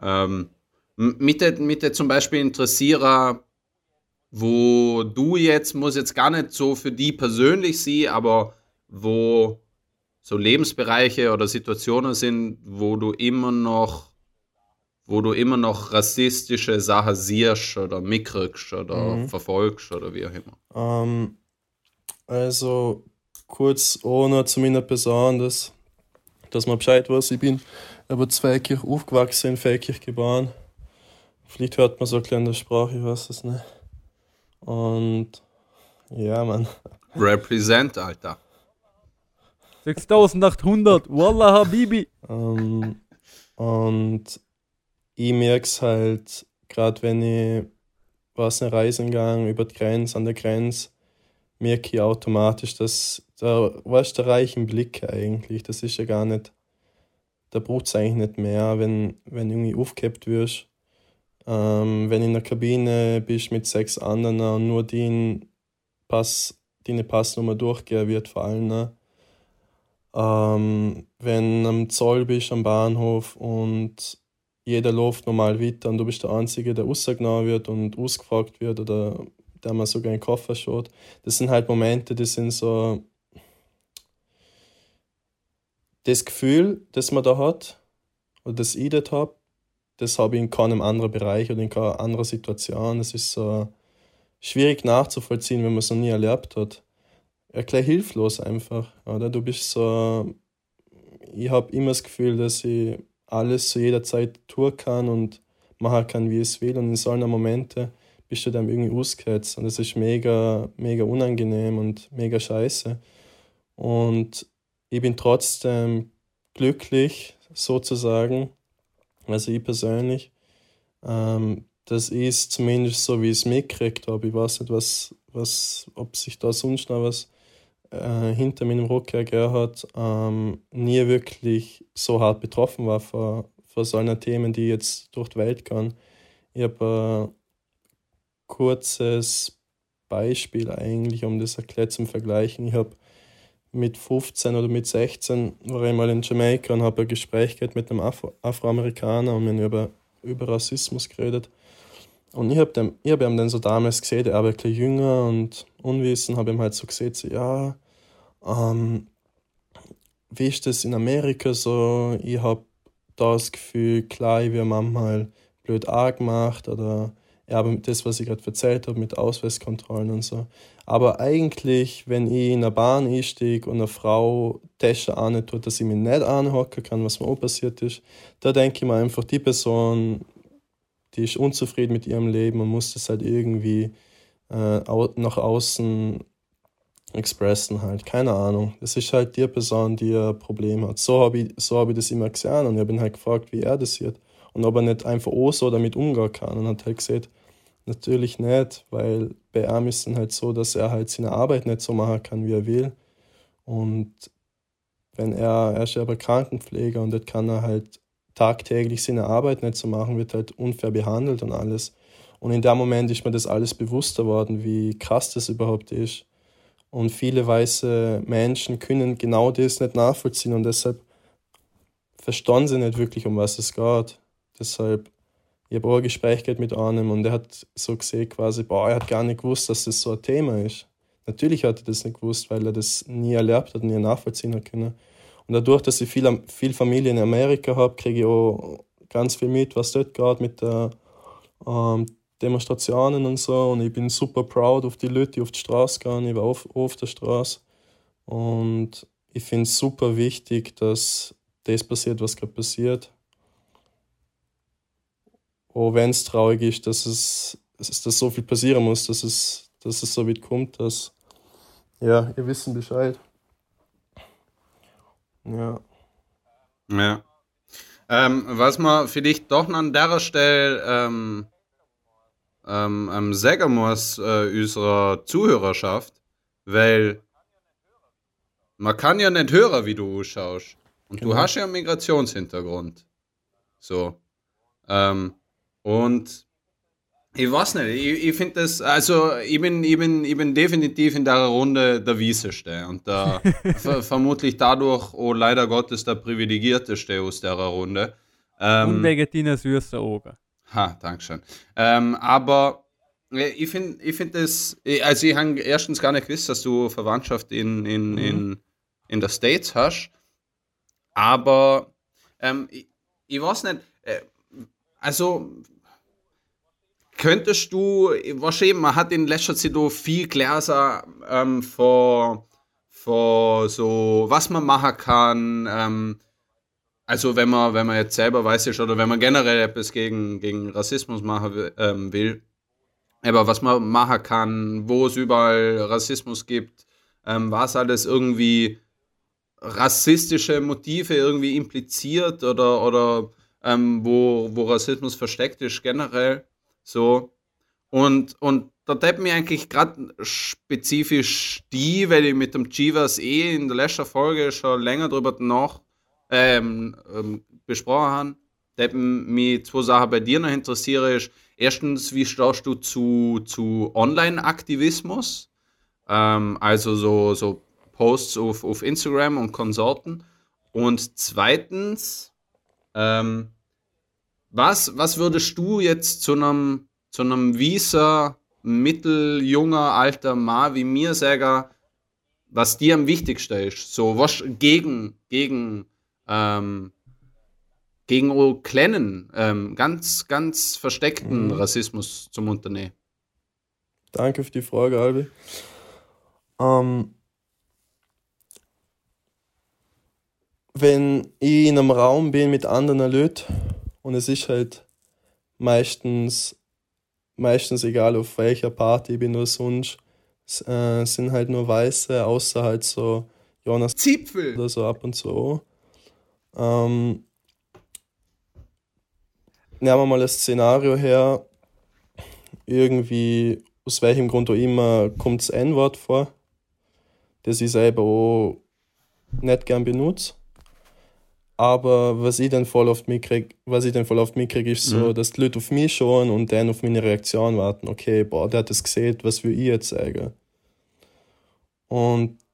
Mit zum Beispiel interessieren, wo du jetzt, muss jetzt gar nicht so für die persönlich sein, aber wo so Lebensbereiche oder Situationen sind, wo du immer noch rassistische Sachen siehst oder mitkriegst oder verfolgst oder wie auch immer. Also kurz ohne zu meiner Person, dass man Bescheid weiß, ich bin aber Feldkirch aufgewachsen, in Feldkirch geboren. Vielleicht hört man so eine kleine Sprache, ich weiß es nicht. Und ja, Mann. Represent, Alter. 6800, Wallah Habibi. Und ich merke es halt, gerade wenn ich eine Reisen gehe, über die Grenze, an der Grenze, merke ich automatisch, dass der reichen Blick eigentlich, das ist ja gar nicht, da braucht es eigentlich nicht mehr, wenn irgendwie aufgehabt wirst. Wenn du in der Kabine bist mit 6 anderen und nur deine Passnummer durchgehen wird vor allem. Wenn du am Zoll bist, am Bahnhof und jeder läuft normal weiter und du bist der Einzige, der rausgenommen wird und ausgefragt wird oder der mal sogar in den Koffer schaut. Das sind halt Momente, die sind so das Gefühl, das man da hat oder das ich dort habe, das habe ich in keinem anderen Bereich oder in keiner anderen Situation. Das ist so schwierig nachzuvollziehen, wenn man es noch nie erlebt hat. Ja, gleich hilflos einfach, oder? Du bist so, ich habe immer das Gefühl, dass ich alles zu jeder Zeit tun kann und machen kann, wie ich es will. Und in solchen Momenten bist du dann irgendwie ausgehetzt. Und das ist mega, mega unangenehm und mega scheiße. Und ich bin trotzdem glücklich, sozusagen, also ich persönlich, dass ich es zumindest so, wie ich es mitgekriegt habe. Ich weiß nicht, ob sich da sonst noch was hinter meinem Rücken gegeben hat, nie wirklich so hart betroffen war von solchen Themen, die jetzt durch die Welt gehen. Ich habe ein kurzes Beispiel eigentlich, um das erklärt zum Vergleichen. Ich habe mit 15 oder mit 16 war ich mal in Jamaika und habe ein Gespräch gehabt mit einem Afroamerikaner und wir haben über Rassismus geredet. Und ich hab ihn dann so damals gesehen, der war wirklich jünger und unwissend, habe ihm halt so gesehen, so, ja, wie ist das in Amerika so? Ich habe da das Gefühl, klar, ich werde manchmal blöd angemacht oder ja, aber das, was ich gerade erzählt habe mit Ausweiskontrollen und so. Aber eigentlich, wenn ich in eine Bahn einsteige und eine Frau Tasche tut, dass ich mich nicht anhocken kann, was mir auch passiert ist, da denke ich mir einfach, die Person, die ist unzufrieden mit ihrem Leben und muss das halt irgendwie nach außen expressen halt. Keine Ahnung. Das ist halt die Person, die ein Problem hat. So hab ich das immer gesehen und ich habe ihn halt gefragt, wie er das sieht. Und ob er nicht einfach auch so damit umgehen kann. Und hat halt gesagt, natürlich nicht, weil bei ihm ist es halt so, dass er halt seine Arbeit nicht so machen kann, wie er will. Und wenn er ist ja aber Krankenpfleger und das kann er halt tagtäglich seine Arbeit nicht so machen, wird halt unfair behandelt und alles. Und in dem Moment ist mir das alles bewusster worden, wie krass das überhaupt ist. Und viele weiße Menschen können genau das nicht nachvollziehen und deshalb verstehen sie nicht wirklich, um was es geht. Deshalb, ich habe auch ein Gespräch gehabt mit einem und der hat so gesehen quasi, boah, er hat gar nicht gewusst, dass das so ein Thema ist. Natürlich hat er das nicht gewusst, weil er das nie erlebt hat und nie nachvollziehen hat können. Und dadurch, dass ich viel Familie in Amerika habe, kriege ich auch ganz viel mit, was dort geht mit der Demonstrationen und so. Und ich bin super proud auf die Leute, die auf die Straße gehen. Ich war auf der Straße. Und ich finde es super wichtig, dass das passiert, was gerade passiert. Auch wenn es traurig ist, dass so viel passieren muss, dass es so weit kommt, dass, ja, ihr wissen Bescheid. Ja. Ja. Was man vielleicht doch noch an der Stelle sagen muss, unserer Zuhörerschaft, weil man kann ja nicht hören, wie du ausschaust. Und du Genau. hast ja einen Migrationshintergrund. So. Und ich weiß nicht, ich finde das, also ich bin definitiv in der Runde der Wieseste und der vermutlich dadurch, oh leider Gottes, der Privilegierteste aus der Runde. Und wegen deiner süßen Augen. Dankeschön. Aber ich find das, also ich habe erstens gar nicht gewusst, dass du Verwandtschaft in der States hast, aber ich weiß nicht, also könntest du, wahrscheinlich, man hat in letzter Zeit auch viel Gläser vor so, was man machen kann, also wenn man jetzt selber weiß ist oder wenn man generell etwas gegen Rassismus machen will, aber was man machen kann, wo es überall Rassismus gibt, was alles irgendwie rassistische Motive irgendwie impliziert oder wo Rassismus versteckt ist generell so. Und da tät mir eigentlich gerade spezifisch weil ich mit dem Chivas in der letzten Folge schon länger drüber besprochen habe, tät mich zwei Sachen bei dir noch interessieren ist. Erstens, wie stehst du zu Online-Aktivismus? Also so Posts auf Instagram und Konsorten. Und zweitens, was würdest du jetzt zu einem weißer, mitteljunger, alter Mann wie mir sagen, was dir am wichtigsten ist? So was gegen kleinen, ganz versteckten Mhm. Rassismus zum Unternehmen. Danke für die Frage, Albi. Ähm, Wenn ich in einem Raum bin mit anderen Leuten und es ist halt meistens egal auf welcher Party ich bin oder sonst, sind halt nur Weiße, außer halt so Jonas Zipfel! oder so ab und zu. Ähm, Nehmen wir mal das Szenario her, irgendwie, aus welchem Grund auch immer, kommt das N-Wort vor, das ich selber auch nicht gern benutze. Aber was ich dann voll oft mitkriege, ist so, dass die Leute auf mich schauen und dann auf meine Reaktion warten. Okay, boah, der hat das gesehen, was will ich jetzt sagen? Und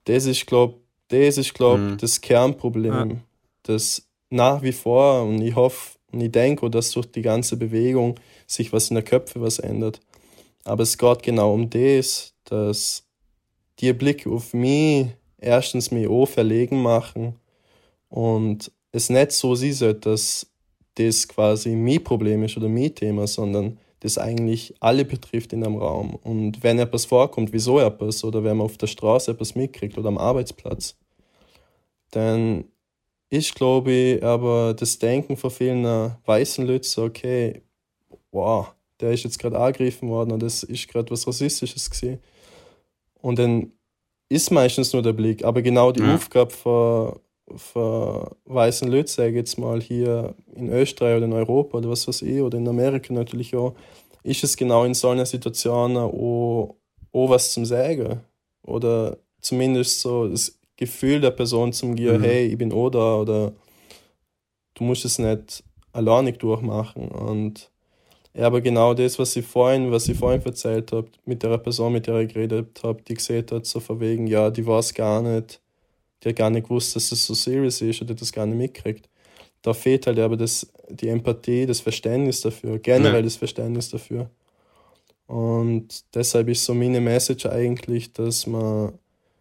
das Kernproblem, das nach wie vor, und ich hoffe und ich denke, dass durch die ganze Bewegung sich was in der Köpfe was ändert. Aber es geht genau um das, dass die Blicke auf mich erstens mich auch verlegen machen und es nicht so sieht, dass das quasi mein Problem ist oder mein Thema, sondern das eigentlich alle betrifft in einem Raum. Und wenn etwas vorkommt, wieso etwas, oder wenn man auf der Straße etwas mitkriegt oder am Arbeitsplatz, dann ist, glaube ich, aber das Denken von vielen weißen Leuten so, okay, wow, der ist jetzt gerade angegriffen worden und das ist gerade was Rassistisches gewesen. Und dann ist meistens nur der Blick, aber genau die Aufgabe von weißen Leuten, sage ich jetzt mal, hier in Österreich oder in Europa oder was weiß ich, oder in Amerika natürlich auch, ist es genau in so einer Situation auch was zum Sagen. Oder zumindest so das Gefühl der Person zum geben, hey, ich bin auch da, oder du musst es nicht alleinig durchmachen. Und ja, aber genau das, was ich vorhin erzählt habe, mit der Person, mit der ich geredet habe, die gesehen hat, so von wegen, ja, die weiß gar nicht, die hat gar nicht gewusst, dass es so serious ist oder das gar nicht mitkriegt. Da fehlt halt aber die Empathie, das Verständnis dafür, generell das Verständnis dafür. Und deshalb ist so meine Message eigentlich, dass man,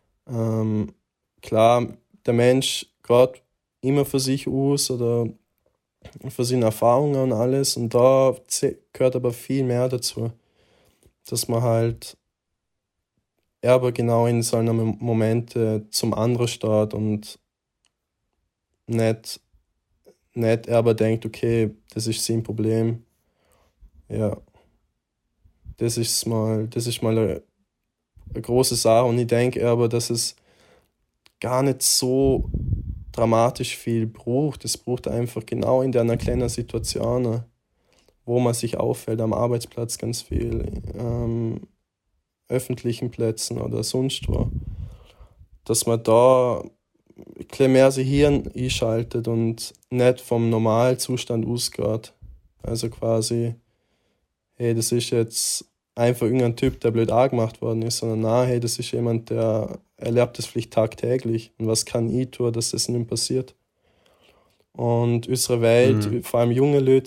klar, der Mensch geht immer für sich aus oder für seine Erfahrungen und alles, und da gehört aber viel mehr dazu, dass man halt aber genau in so einem Momente zum anderen steht und nicht aber denkt, okay, das ist sein Problem. Ja, das ist mal eine große Sache, und ich denke aber, dass es gar nicht so dramatisch viel braucht. Es braucht einfach genau in der kleinen Situation, wo man sich auffällt, am Arbeitsplatz ganz viel, öffentlichen Plätzen oder sonst wo, dass man da ein bisschen mehr sein Hirn einschaltet und nicht vom Normalzustand ausgeht. Also quasi, hey, das ist jetzt einfach irgendein Typ, der blöd angemacht worden ist, sondern nein, hey, das ist jemand, der erlebt das vielleicht tagtäglich. Und was kann ich tun, dass das nicht passiert? Und unsere Welt, vor allem junge Leute,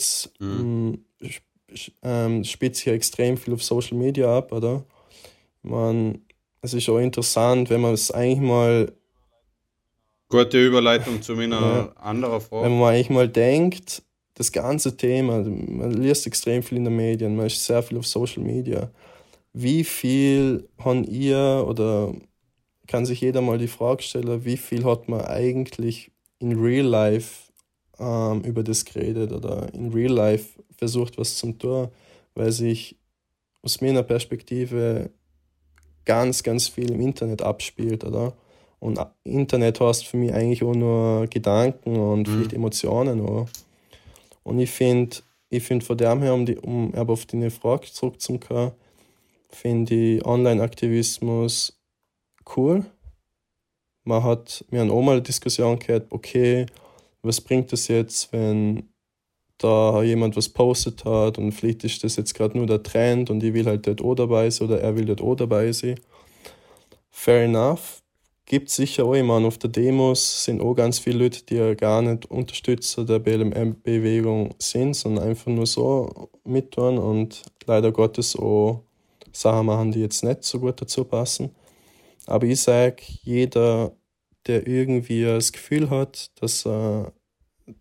spielt sich ja extrem viel auf Social Media ab, oder? Es ist auch interessant, wenn man es eigentlich mal. Gute Überleitung zu meiner anderen Frage. Wenn man eigentlich mal denkt, das ganze Thema, man liest extrem viel in den Medien, man ist sehr viel auf Social Media. Wie viel haben ihr, oder kann sich jeder mal die Frage stellen, wie viel hat man eigentlich in Real Life über das geredet oder in Real Life versucht, was zu tun, weil sich aus meiner Perspektive ganz, ganz viel im Internet abspielt, oder? Und Internet heißt für mich eigentlich auch nur Gedanken und vielleicht Emotionen auch. Und ich finde von dem her, um aber auf deine Frage zurückzukommen, finde ich Online-Aktivismus cool. Wir haben auch mal eine Diskussion gehabt, okay, was bringt das jetzt, wenn da jemand was postet hat und vielleicht ist das jetzt gerade nur der Trend und ich will halt dort auch dabei sein oder er will dort auch dabei sein. Fair enough. Gibt sicher auch, ich meine, auf der Demos sind auch ganz viele Leute, die ja gar nicht Unterstützer der BLM-Bewegung sind, sondern einfach nur so mittun und leider Gottes auch Sachen machen, die jetzt nicht so gut dazu passen. Aber ich sage, jeder, der irgendwie das Gefühl hat, dass er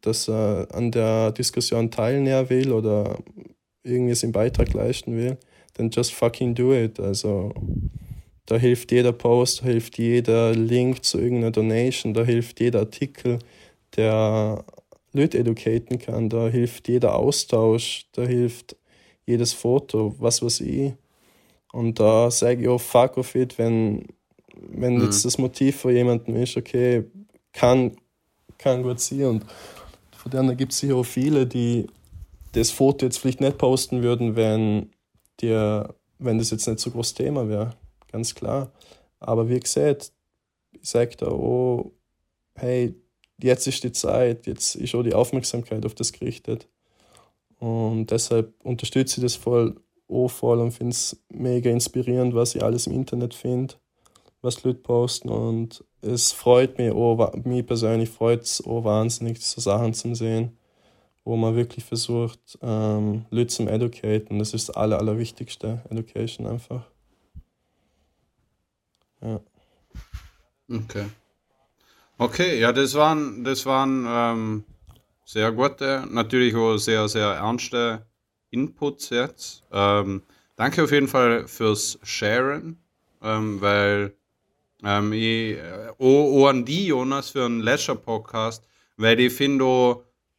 an der Diskussion teilnehmen will oder irgendwie seinen Beitrag leisten will, then just fucking do it. Also da hilft jeder Post, da hilft jeder Link zu irgendeiner Donation, da hilft jeder Artikel, der Leute educaten kann, da hilft jeder Austausch, da hilft jedes Foto, was weiß ich. Und da sage ich auch fuck off it, wenn jetzt das Motiv von jemandem ist, okay, kann gut sein. Und von denen gibt es sicher auch viele, die das Foto jetzt vielleicht nicht posten würden, wenn das jetzt nicht so groß Thema wäre. Ganz klar. Aber wie gesagt, ich sage da auch, hey, jetzt ist die Zeit, jetzt ist auch die Aufmerksamkeit auf das gerichtet. Und deshalb unterstütze ich das voll und finde es mega inspirierend, was ich alles im Internet finde, was die Leute posten. Und es freut mich auch, mich persönlich freut es auch wahnsinnig, so Sachen zu sehen, wo man wirklich versucht, Leute zu educaten. Das ist das Allerwichtigste, Education einfach. Ja. Okay, ja, das waren sehr gute, natürlich auch sehr, sehr ernste Inputs jetzt. Danke auf jeden Fall fürs Sharen, weil ich auch an die, Jonas, für einen Leisure-Podcast, weil ich finde,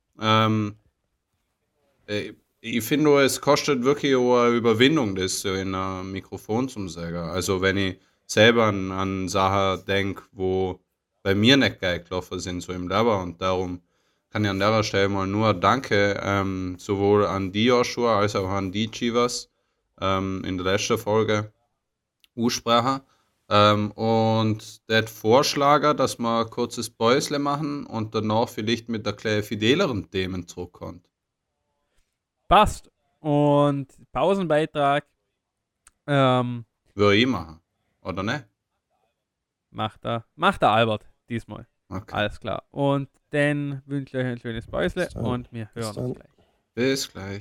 es kostet wirklich auch eine Überwindung, das so in einem Mikrofon zu sagen. Also wenn ich selber an Sachen denke, wo bei mir nicht geil gelaufen sind, so im Leben, und darum kann ich an der Stelle mal nur Danke sowohl an die Joshua als auch an die Chivas in der letzten Folge aussprechen. Und der Vorschlager, dass wir ein kurzes Päusle machen und danach vielleicht mit der kleinen fideleren Themen zurückkommt. Passt. Und Pausenbeitrag Würde ich machen, oder nicht? macht der Albert diesmal. Okay. Alles klar. Und dann wünsche ich euch ein schönes Päusle Bis dann. und wir Bis hören dann. uns gleich. Bis gleich.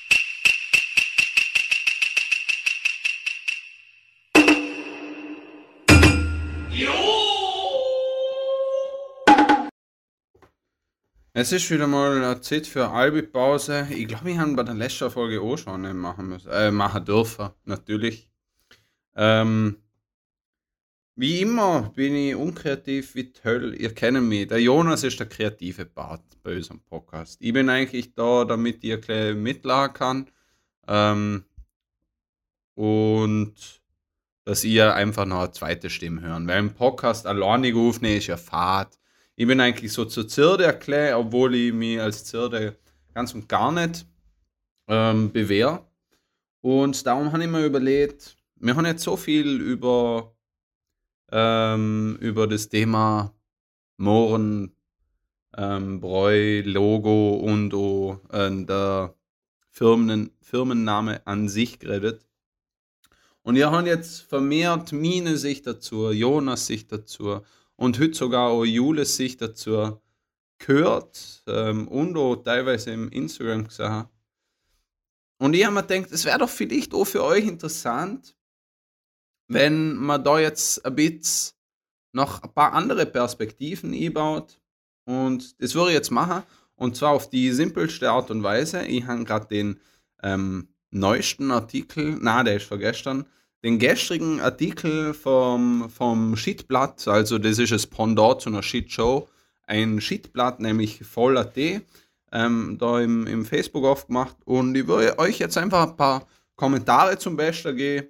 Es ist wieder mal eine Zeit für eine halbe Pause. Ich glaube, wir haben bei der letzten Folge auch schon eine machen dürfen, natürlich. Wie immer bin ich unkreativ wie die Hölle. Ihr kennt mich. Der Jonas ist der kreative Part bei unserem Podcast. Ich bin eigentlich da, damit ihr gleich mitlachen kann. Und dass ihr einfach noch eine zweite Stimme hören. Weil im Podcast alleine aufnehmen ist ja fad. Ich bin eigentlich so zur Zirde erklärt, obwohl ich mich als Zirde ganz und gar nicht bewähre. Und darum habe ich mir überlegt, wir haben jetzt so viel über das Thema Mohren, Bräu, Logo und auch der Firmenname an sich geredet. Und wir haben jetzt vermehrt meine Sicht dazu, Jonas Sicht dazu und heute sogar auch Jules Sicht dazu gehört und auch teilweise im Instagram gesehen. Und ich habe mir gedacht, es wäre doch vielleicht auch für euch interessant, wenn man da jetzt ein bisschen noch ein paar andere Perspektiven einbaut. Und das würde ich jetzt machen. Und zwar auf die simpelste Art und Weise. Ich habe gerade den neuesten Artikel, der ist von gestern, den gestrigen Artikel vom Shitblatt, also das ist das Pendant zu einer Shitshow, ein Shitblatt, nämlich voll.at, da im Facebook aufgemacht. Und ich würde euch jetzt einfach ein paar Kommentare zum Besten geben.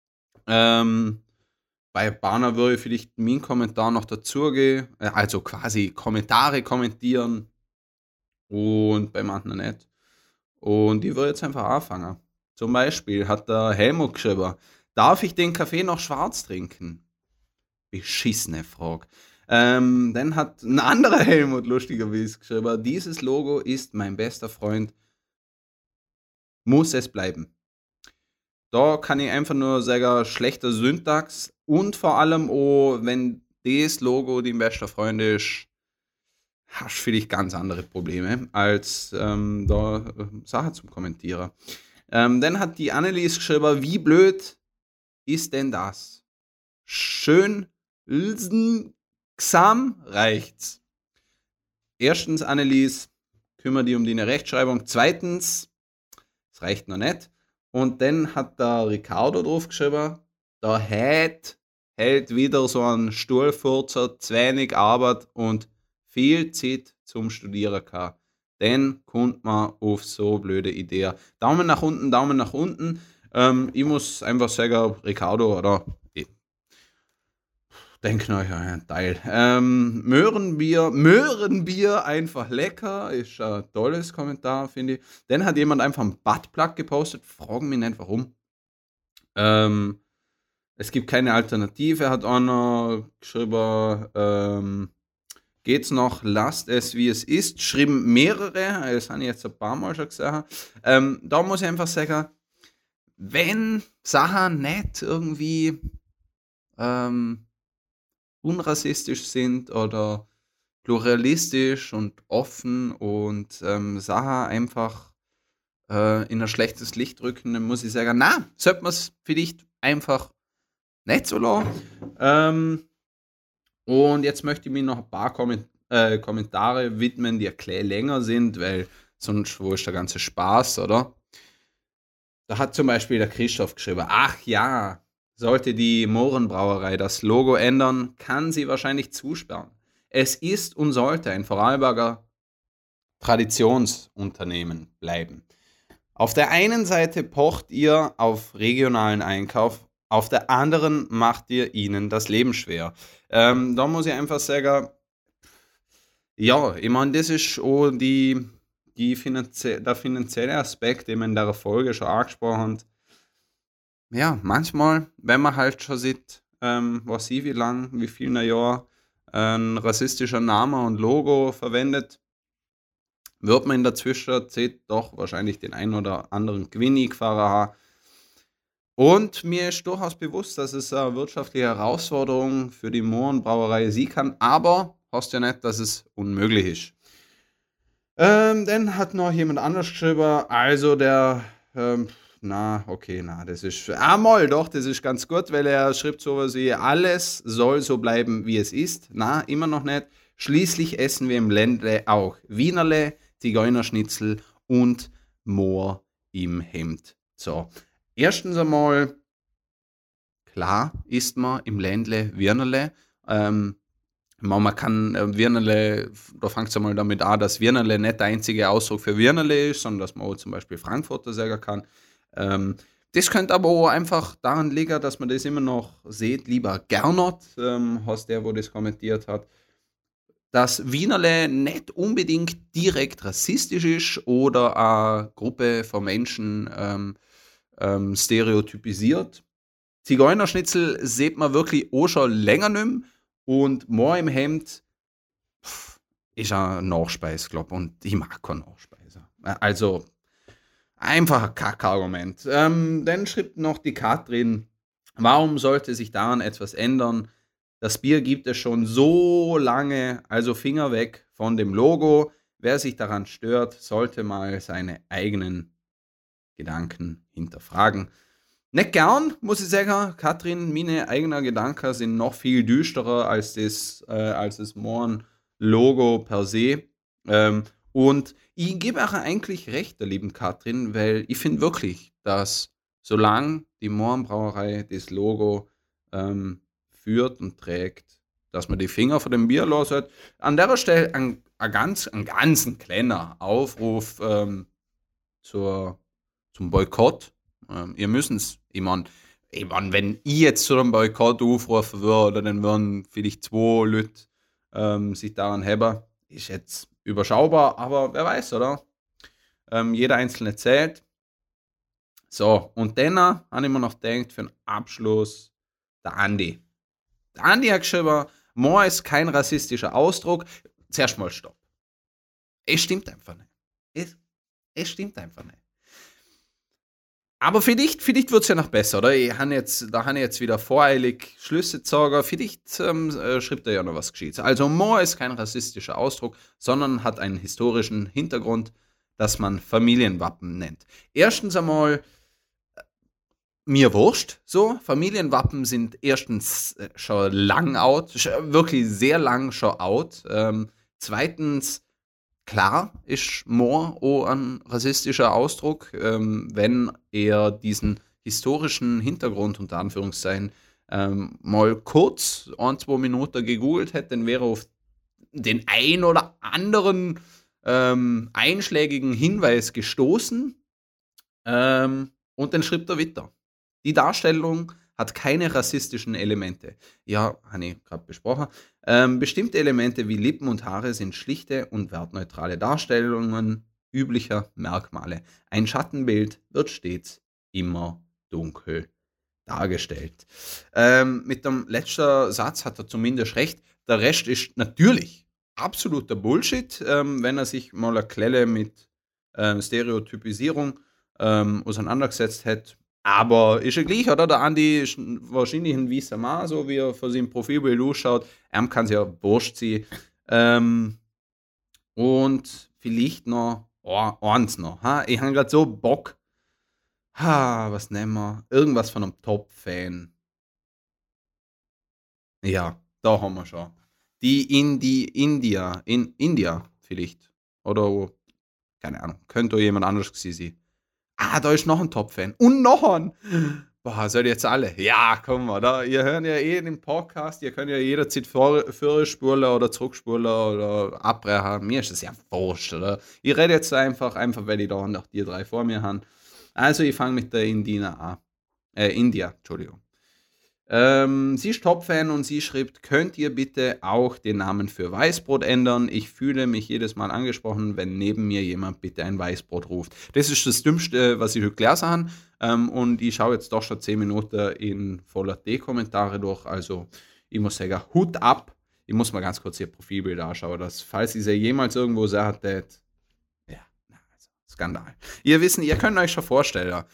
Bei Banner würde ich vielleicht meinen Kommentar noch dazugeben, also quasi Kommentare kommentieren und bei manchen nicht. Und ich würde jetzt einfach anfangen. Zum Beispiel hat der Helmut geschrieben, darf ich den Kaffee noch schwarz trinken? Beschissene Frage. Dann hat ein anderer Helmut lustigerweise geschrieben, dieses Logo ist mein bester Freund, muss es bleiben. Da kann ich einfach nur sagen, schlechter Syntax und vor allem auch, wenn das Logo dein bester Freund ist, hast du vielleicht ganz andere Probleme, als da Sachen zum Kommentieren. Dann hat die Annelies geschrieben, wie blöd ist denn das? Schön gsam reicht's. Erstens, Annelies, kümmere dich um deine Rechtschreibung. Zweitens, es reicht noch nicht. Und dann hat der Ricardo drauf geschrieben, da hält wieder so ein Stuhlfurzer, zu wenig Arbeit und viel Zeit zum Studieren gehabt. Dann kommt man auf so blöde Ideen. Daumen nach unten, Daumen nach unten. Ich muss einfach sagen, Ricardo, oder ich denke noch ein Teil. Möhrenbier einfach lecker, ist ein tolles Kommentar, finde ich. Dann hat jemand einfach einen Buttplug gepostet, fragen mich nicht warum. Es gibt keine Alternative, hat einer geschrieben, geht's noch, lasst es wie es ist, schrieben mehrere, das habe ich jetzt ein paar Mal schon gesagt. Da muss ich einfach sagen, wenn Sachen nicht irgendwie unrassistisch sind oder pluralistisch und offen und Sachen einfach in ein schlechtes Licht rücken, dann muss ich sagen, na, sollte man es vielleicht einfach nicht so lassen. Und jetzt möchte ich mir noch ein paar Kommentare widmen, die ein länger sind, weil sonst wo ist der ganze Spaß, oder? Da hat zum Beispiel der Christoph geschrieben, ach ja, sollte die Mohrenbrauerei das Logo ändern, kann sie wahrscheinlich zusperren. Es ist und sollte ein Vorarlberger Traditionsunternehmen bleiben. Auf der einen Seite pocht ihr auf regionalen Einkauf, auf der anderen macht ihr ihnen das Leben schwer. Da muss ich einfach sagen, ja, ich meine, das ist auch der finanzielle Aspekt, den wir in der Folge schon angesprochen haben. Ja, manchmal, wenn man halt schon sieht, wie viele Jahre ein rassistischer Name und Logo verwendet, wird man in der Zwischenzeit doch wahrscheinlich den einen oder anderen Gewinn gefahren haben. Und mir ist durchaus bewusst, dass es eine wirtschaftliche Herausforderung für die Mohrenbrauerei sein kann, aber heißt ja nicht, dass es unmöglich ist. Dann hat noch jemand anders geschrieben, also das ist, das ist ganz gut, weil er schreibt sowas wie, alles soll so bleiben, wie es ist. Na, immer noch nicht. Schließlich essen wir im Ländle auch Wienerle, Zigeunerschnitzel und Moor im Hemd. So, erstens einmal, klar isst man im Ländle Wienerle. Man kann Wienerle, da fängt es einmal damit an, dass Wienerle nicht der einzige Ausdruck für Wienerle ist, sondern dass man auch zum Beispiel Frankfurter sagen kann. Das könnte aber auch einfach daran liegen, dass man das immer noch sieht, lieber Gernot, hast der, wo das kommentiert hat, dass Wienerle nicht unbedingt direkt rassistisch ist oder eine Gruppe von Menschen stereotypisiert. Zigeunerschnitzel sieht man wirklich auch schon länger nicht mehr. Und Moor im Hemd ist ein Nachspeis, glaube ich. Und ich mag keine Nachspeise. Also, einfach ein Kackargument. Dann schreibt noch die Katrin, warum sollte sich daran etwas ändern? Das Bier gibt es schon so lange, also Finger weg von dem Logo. Wer sich daran stört, sollte mal seine eigenen Gedanken hinterfragen. Nicht gern, muss ich sagen, Katrin, meine eigenen Gedanken sind noch viel düsterer als das Mohren-Logo per se. Und ich gebe auch eigentlich recht der lieben Katrin, weil ich finde wirklich, dass solange die Mohrenbrauerei das Logo führt und trägt, dass man die Finger von dem Bier los hat. An der Stelle ein ganz kleiner Aufruf zum Boykott. Ihr müsst es, ich mein, wenn ich jetzt zu einem Boykott aufrufen würde, dann würden vielleicht 2 Leute sich daran haben. Ist jetzt überschaubar, aber wer weiß, oder? Jeder Einzelne zählt. So, und dann habe ich mir noch gedacht, für den Abschluss, der Andi. Der Andi hat geschrieben, Moor ist kein rassistischer Ausdruck. Zuerst mal stopp. Es stimmt einfach nicht. Es stimmt einfach nicht. Aber vielleicht wird es ja noch besser, oder? Da habe ich jetzt wieder voreilig Schlüsse gezogen. Vielleicht schreibt er ja noch was Gescheites. Also Moor ist kein rassistischer Ausdruck, sondern hat einen historischen Hintergrund, das man Familienwappen nennt. Erstens einmal, mir wurscht, so. Familienwappen sind erstens schon lang out, wirklich sehr lang schon out. Zweitens, Klar ist Moor auch ein rassistischer Ausdruck, wenn er diesen historischen Hintergrund unter Anführungszeichen mal kurz 1, 2 Minuten gegoogelt hätte, dann wäre er auf den ein oder anderen einschlägigen Hinweis gestoßen, und dann schreibt er weiter. Die Darstellung hat keine rassistischen Elemente. Ja, habe ich gerade besprochen. Bestimmte Elemente wie Lippen und Haare sind schlichte und wertneutrale Darstellungen üblicher Merkmale. Ein Schattenbild wird stets immer dunkel dargestellt. Mit dem letzten Satz hat er zumindest recht. Der Rest ist natürlich absoluter Bullshit, wenn er sich mal eine Klelle mit Stereotypisierung auseinandergesetzt hätte. Aber ist ja gleich, oder? Der Andi ist wahrscheinlich ein weißer Mann, so wie er von seinem Profilbild ausschaut. Er kann es ja wurscht sein. Und vielleicht noch eins noch. Ha? Ich habe gerade so Bock. Was nehmen wir? Irgendwas von einem Top-Fan. Ja, da haben wir schon. In India vielleicht. Oder, keine Ahnung, könnte auch jemand anderes gewesen sein. Da ist noch ein Top-Fan. Und noch ein. Boah, seid ihr jetzt alle? Ja, komm mal, da. Ihr hört ja eh den Podcast, ihr könnt ja jederzeit vorspulen oder zurückspulen oder abbrechen. Mir ist das ja wurscht, oder? Ich rede jetzt einfach, weil ich da noch die 3 vor mir habe. Also, ich fange mit der Indina an. India, Entschuldigung. Sie ist Top-Fan und sie schreibt, könnt ihr bitte auch den Namen für Weißbrot ändern? Ich fühle mich jedes Mal angesprochen, wenn neben mir jemand bitte ein Weißbrot ruft. Das ist das Dümmste, was ich heute gelesen habe. Und ich schaue jetzt doch schon 10 Minuten in voller D-Kommentare durch. Also ich muss sagen, Hut ab. Ich muss mal ganz kurz ihr Profilbild anschauen, dass, falls ich sie jemals irgendwo sagt, Skandal. Ihr könnt euch schon vorstellen,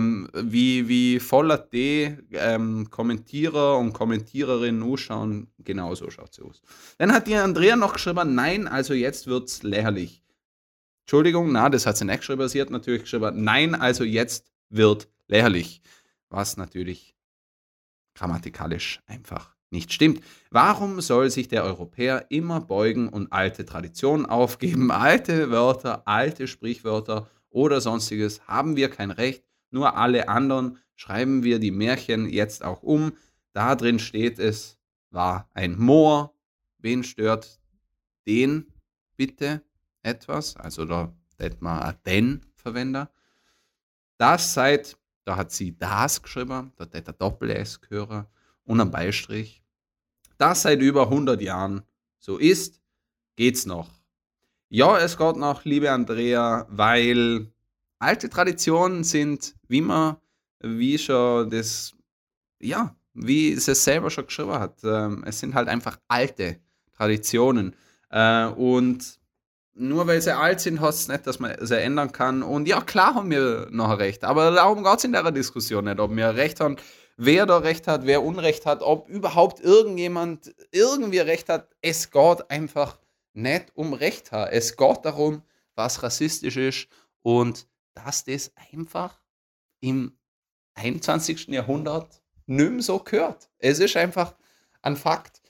wie voller D Kommentierer und Kommentiererinnen ausschauen. Genau so schaut sie aus. Dann hat die Andrea noch geschrieben, nein, also jetzt wird's lächerlich. Entschuldigung, das hat sie nicht geschrieben. Sie hat natürlich geschrieben, nein, also jetzt wird lächerlich. Was natürlich grammatikalisch einfach nicht stimmt. Warum soll sich der Europäer immer beugen und alte Traditionen aufgeben? Alte Wörter, alte Sprichwörter oder sonstiges haben wir kein Recht. Nur alle anderen schreiben wir die Märchen jetzt auch um. Da drin steht, es war ein Moor. Wen stört den bitte etwas? Also da hätte man ein den Verwender. Das seit, da hat sie das geschrieben, da hätte der Doppel-S gehören und ein Beistrich. Das seit über 100 Jahren so ist, geht's noch. Ja, es geht noch, liebe Andrea, weil alte Traditionen sind, wie schon das, ja, wie es selber schon geschrieben hat, es sind halt einfach alte Traditionen. Und nur weil sie alt sind, heißt es nicht, dass man sie ändern kann. Und ja, klar haben wir noch ein Recht. Aber darum geht es in der Diskussion nicht, ob wir Recht haben, wer da Recht hat, wer Unrecht hat, ob überhaupt irgendjemand irgendwie Recht hat. Es geht einfach nicht um Recht haben. Es geht darum, was rassistisch ist und dass das einfach im 21. Jahrhundert nicht mehr so gehört. Es ist einfach ein Fakt.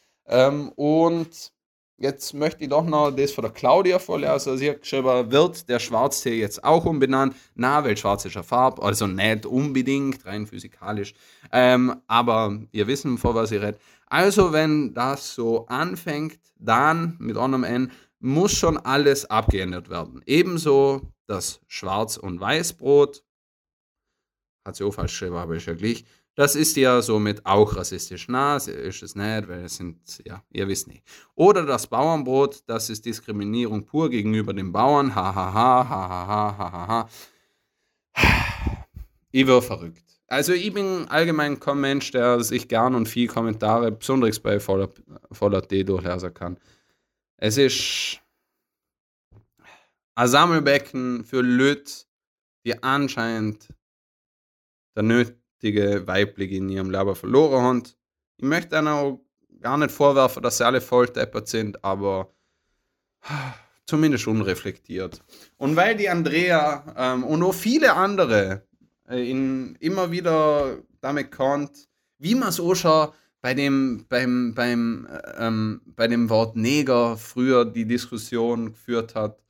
Und jetzt möchte ich doch noch das von der Claudia vorlesen. Also sie hat geschrieben, wird der Schwarztee jetzt auch umbenannt? Na, weil schwarz ist eine Farbe, also nicht unbedingt, rein physikalisch. Aber ihr wisst, vor was ich rede. Also wenn das so anfängt, dann mit einem N, muss schon alles abgeändert werden. Ebenso das Schwarz- und Weißbrot. Hat sie auch falsch geschrieben, aber ist ja gleich. Das ist ja somit auch rassistisch. Na, ist es nicht, weil es sind, ja, ihr wisst nicht. Oder das Bauernbrot, das ist Diskriminierung pur gegenüber den Bauern. Ha. Ich werde verrückt. Also ich bin allgemein kein Mensch, der sich gern und viel Kommentare, besonders bei voller D durchlesen kann. Es ist ein Sammelbecken für Leute, die anscheinend der nötige Weibliche in ihrem Leben verloren haben. Ich möchte ihnen auch gar nicht vorwerfen, dass sie alle volldeppert sind, aber zumindest unreflektiert. Und weil die Andrea und auch viele andere immer wieder damit kommt, wie man es auch schon beim Wort Neger früher die Diskussion geführt hat,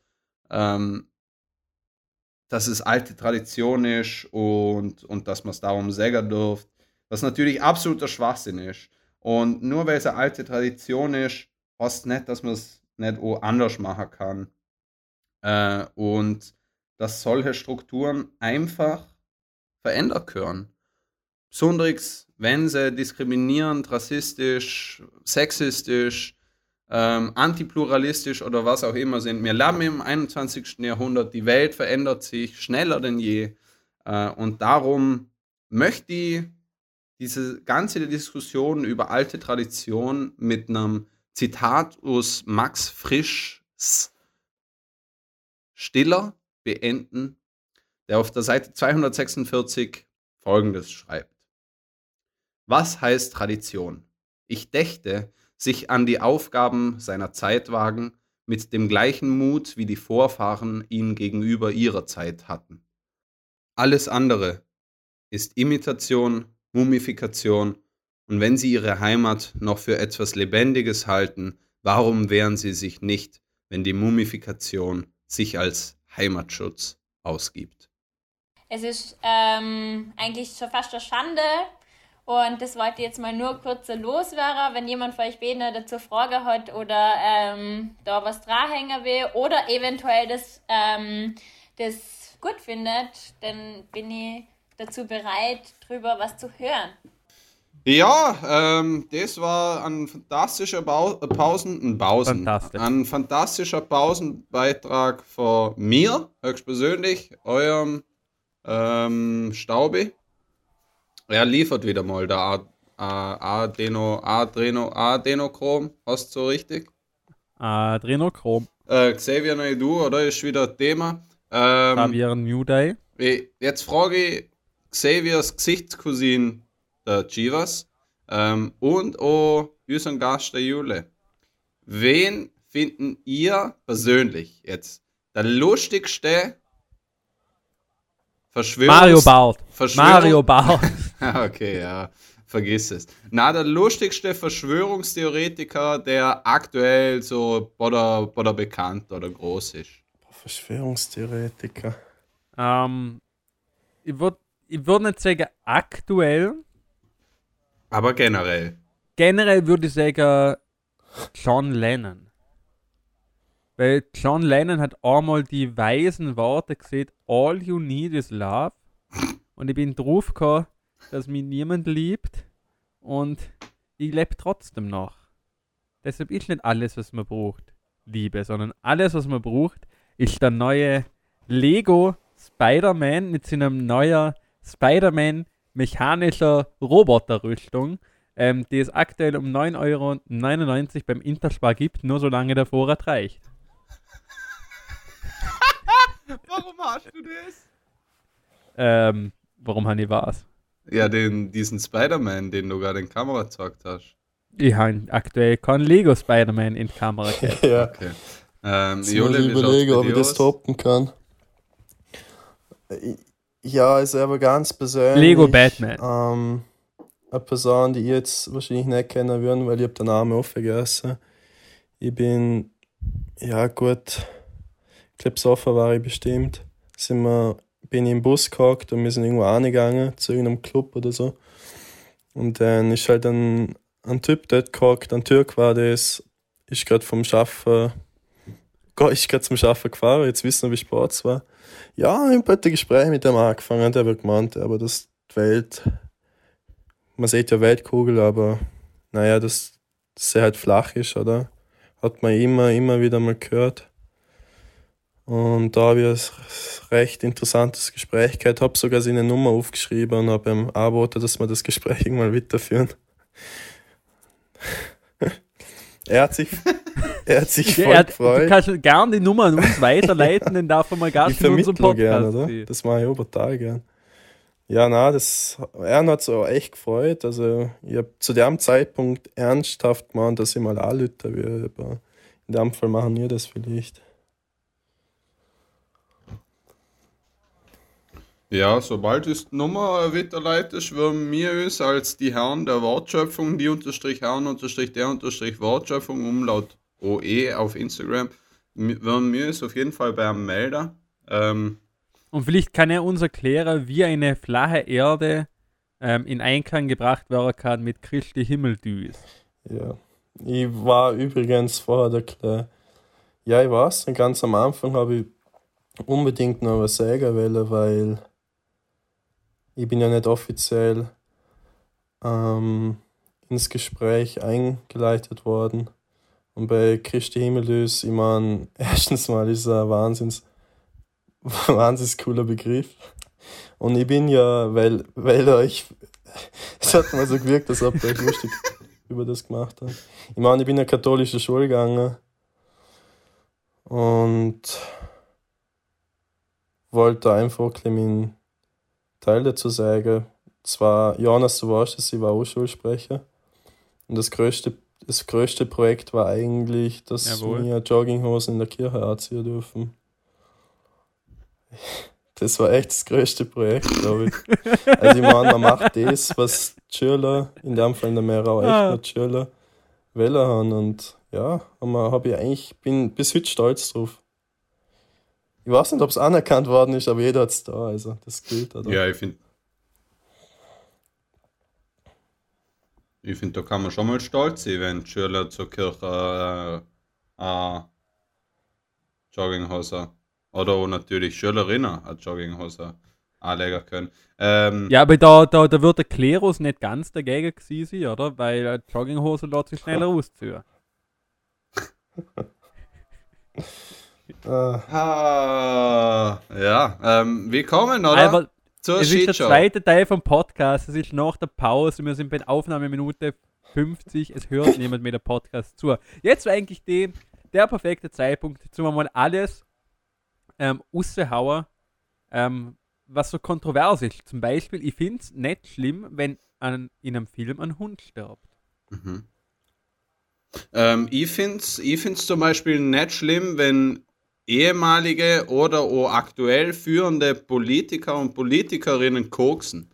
dass es alte Tradition ist und dass man es darum sagen dürft. Was natürlich absoluter Schwachsinn ist. Und nur weil es eine alte Tradition ist, heißt nicht, dass man es nicht auch anders machen kann. Und dass solche Strukturen einfach verändert können. Besonders wenn sie diskriminierend, rassistisch, sexistisch, antipluralistisch oder was auch immer sind. Wir leben im 21. Jahrhundert, die Welt verändert sich schneller denn je. Und darum möchte ich diese ganze Diskussion über alte Tradition mit einem Zitat aus Max Frischs Stiller beenden, der auf der Seite 246 Folgendes schreibt. Was heißt Tradition? Ich dächte, sich an die Aufgaben seiner Zeit wagen, mit dem gleichen Mut, wie die Vorfahren ihn gegenüber ihrer Zeit hatten. Alles andere ist Imitation, Mumifikation, und wenn sie ihre Heimat noch für etwas Lebendiges halten, warum wehren sie sich nicht, wenn die Mumifikation sich als Heimatschutz ausgibt? Es ist eigentlich schon fast eine Schande. Und das wollte ich jetzt mal nur kurz loswerden. Wenn jemand von euch beiden dazu Fragen hat oder da was dranhängen will oder eventuell das gut findet, dann bin ich dazu bereit, drüber was zu hören. Ja, das war ein fantastischer Pausenbeitrag von mir, höchstpersönlich, eurem Staubi. Er liefert wieder mal der Adenochrom, hast du so richtig? Adrenochrom. Xavier Naidoo, oder? Ist wieder Thema. Xavier New Day. Jetzt frage ich Xaviers Gesichtscousin, der Chivas, und auch unseren Gast, der Jule. Wen finden ihr persönlich jetzt der lustigste Mario Barth. Mario Barth. Okay, ja, vergiss es. Na, der lustigste Verschwörungstheoretiker, der aktuell so oder bekannt oder groß ist. Verschwörungstheoretiker. Ich würd nicht sagen aktuell. Aber generell. Generell würde ich sagen John Lennon. Weil John Lennon hat einmal die weisen Worte gesehen, all you need is love. Und ich bin drauf gekommen, dass mich niemand liebt. Und ich lebe trotzdem noch. Deshalb ist nicht alles, was man braucht, Liebe, sondern alles, was man braucht, ist der neue Lego Spider-Man mit seinem neuen Spider-Man mechanischer Roboterrüstung, die es aktuell um 9,99 € beim Interspar gibt, nur solange der Vorrat reicht. Warum hast du das? Warum habe ich was? Ja, diesen Spider-Man, den du gerade in Kamera gezeigt hast. Ich habe aktuell keinen Lego Spider-Man in die Kamera gehabt. Ja. Okay. Jetzt Jule, muss ich überlegen, ob ich das toppen kann. Ja, also aber ganz persönlich. Lego Batman. Eine Person, die ich jetzt wahrscheinlich nicht kennen würde, weil ich habe den Namen auch vergessen. Ich bin, ja gut, ich glaube, besoffen war ich bestimmt. Bin ich im Bus gehockt und wir sind irgendwo reingegangen, zu irgendeinem Club oder so. Und dann ist halt ein Typ dort gehockt, ein Türk war das, ist gerade zum Arbeiten gefahren, jetzt wissen wir, wie spät es war. Ja, ich habe ein Gespräch mit dem angefangen, der hat gemeint, aber das die Welt, man sieht ja Weltkugel, aber naja, dass sie halt flach ist, oder? Hat man immer wieder mal gehört. Und da habe ich ein recht interessantes Gespräch gehabt, habe sogar seine Nummer aufgeschrieben und habe ihm angeboten, dass wir das Gespräch mal weiterführen. Er hat sich voll gefreut. Du kannst gerne die Nummer an uns weiterleiten, dann darf man mal Gast in unserem Podcast gern, oder? ziehen. Das mache ich total gern. Ja, er hat sich auch echt gefreut. Also ich habe zu dem Zeitpunkt ernsthaft gemeint, dass ich mal anrufen will, aber in dem Fall machen wir das vielleicht. Ja, sobald du die Nummer weiterleitest, würden wir uns als die Herren der Wortschöpfung, die _Herren_ der Wortschöpfung, Umlaut OE auf Instagram, Mir ist auf jeden Fall beim Melder. Und vielleicht kann er uns erklären, wie eine flache Erde in Einklang gebracht werden kann mit Christi Himmeldüs. Ja. Ich war übrigens vorher der Kleine. Ja, ich weiß, ganz am Anfang habe ich unbedingt noch was sagen wollen, weil ich bin ja nicht offiziell ins Gespräch eingeleitet worden. Und bei Christi Himmeldüs, ich meine, erstens mal ist es ein wahnsinnig cooler Begriff. Und ich bin ja, weil euch, es hat mal so gewirkt, als ob ihr euch lustig über das gemacht habt. Ich meine, ich bin in eine katholische Schule gegangen und wollte einfach ein bisschen meinen Teil dazu sagen. Zwar, Jonas, du weißt es, ich war auch Schulsprecher. Und das größte Projekt war eigentlich, dass wir Jogginghosen in der Kirche anziehen dürfen. Das war echt das größte Projekt, glaube ich. Also ich meine, man macht das, was die Schüler, in dem Fall in der Meerau echt mit Schüler wollen haben. Und ja, bin bis heute stolz drauf. Ich weiß nicht, ob es anerkannt worden ist, aber jeder hat es da, also das gilt. Oder? Ja, ich finde, da kann man schon mal stolz sein, wenn die Schüler zur Kirche Jogginghose oder auch natürlich Schülerinnen Jogginghose anlegen können. Ja, aber da wird der Klerus nicht ganz dagegen gewesen sein, oder? Weil eine Jogginghose lässt sich schneller ausziehen. Willkommen, oder? Aber Zur es ist der Shitshow. zweite Teil vom Podcast, es ist nach der Pause, wir sind bei der Aufnahmeminute 50, es hört niemand mehr der Podcast zu. Jetzt war eigentlich der perfekte Zeitpunkt, zum mal alles raushauen, was so kontrovers ist. Zum Beispiel, ich finde es nicht schlimm, wenn in einem Film ein Hund stirbt. Mhm. Ich find's zum Beispiel nicht schlimm, wenn ehemalige oder auch aktuell führende Politiker und Politikerinnen koksen.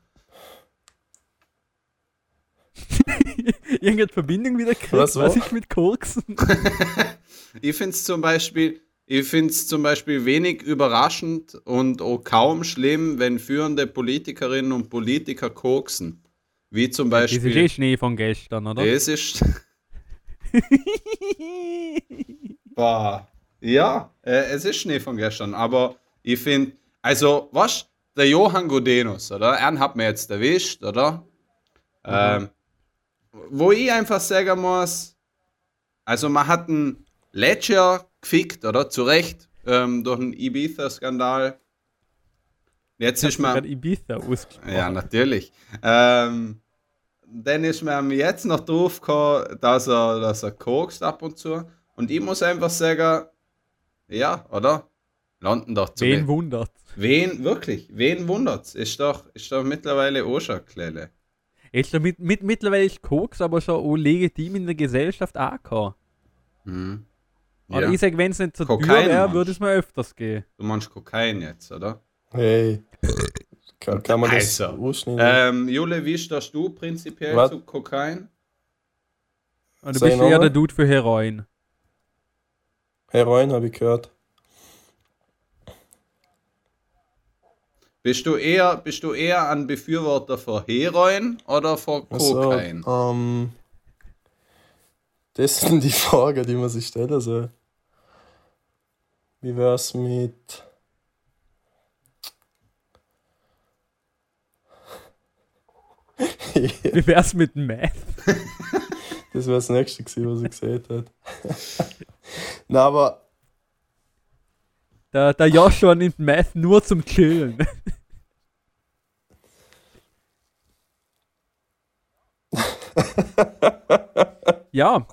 Irgendeine Verbindung wieder kriegt, Was ich mit Koksen? Ich find's zum Beispiel wenig überraschend und auch kaum schlimm, wenn führende Politikerinnen und Politiker koksen. Wie zum Das ist Beispiel. Schnee von gestern, oder? Das ist. Boah. Ja, es ist Schnee von gestern, aber ich finde, also, was? Der Johann Gudenus, oder? Er hat mir jetzt erwischt, oder? Wo ich einfach sagen muss, also man hat einen Ledger gefickt, oder? Zu Recht, durch einen Ibiza-Skandal. Jetzt ist man. Ibiza ausgesprochen. Ja, natürlich. Dann ist mir jetzt noch drauf gekommen, dass er kokst ab und zu. Und ich muss einfach sagen, ja, oder? Landen doch zu Wen wundert? Wen wundert's? Ist doch mittlerweile auch schon Klelle. Jetzt mittlerweile ist Koks aber schon auch legitim in der Gesellschaft angekommen. Mhm. Aber ich sag, wenn es nicht so teuer Kokain wäre, meinst würde es mal öfters gehen. Du meinst Kokain jetzt, oder? Hey, kann man das Also, ausschneiden? Jule, wie stehst du prinzipiell Was? zu Kokain? Und du Sag bist ich eher nochmal? der Dude für Heroin. Heroin habe ich gehört. Bist du eher ein Befürworter von Heroin oder von Kokain? Also, das sind die Fragen, die man sich stellen soll. Wie wär's mit. Wie wär's mit Meth? Das wäre das nächste gewesen, was ich gesagt hat. Na, aber Der Joshua nimmt Meth nur zum Chillen. Ja,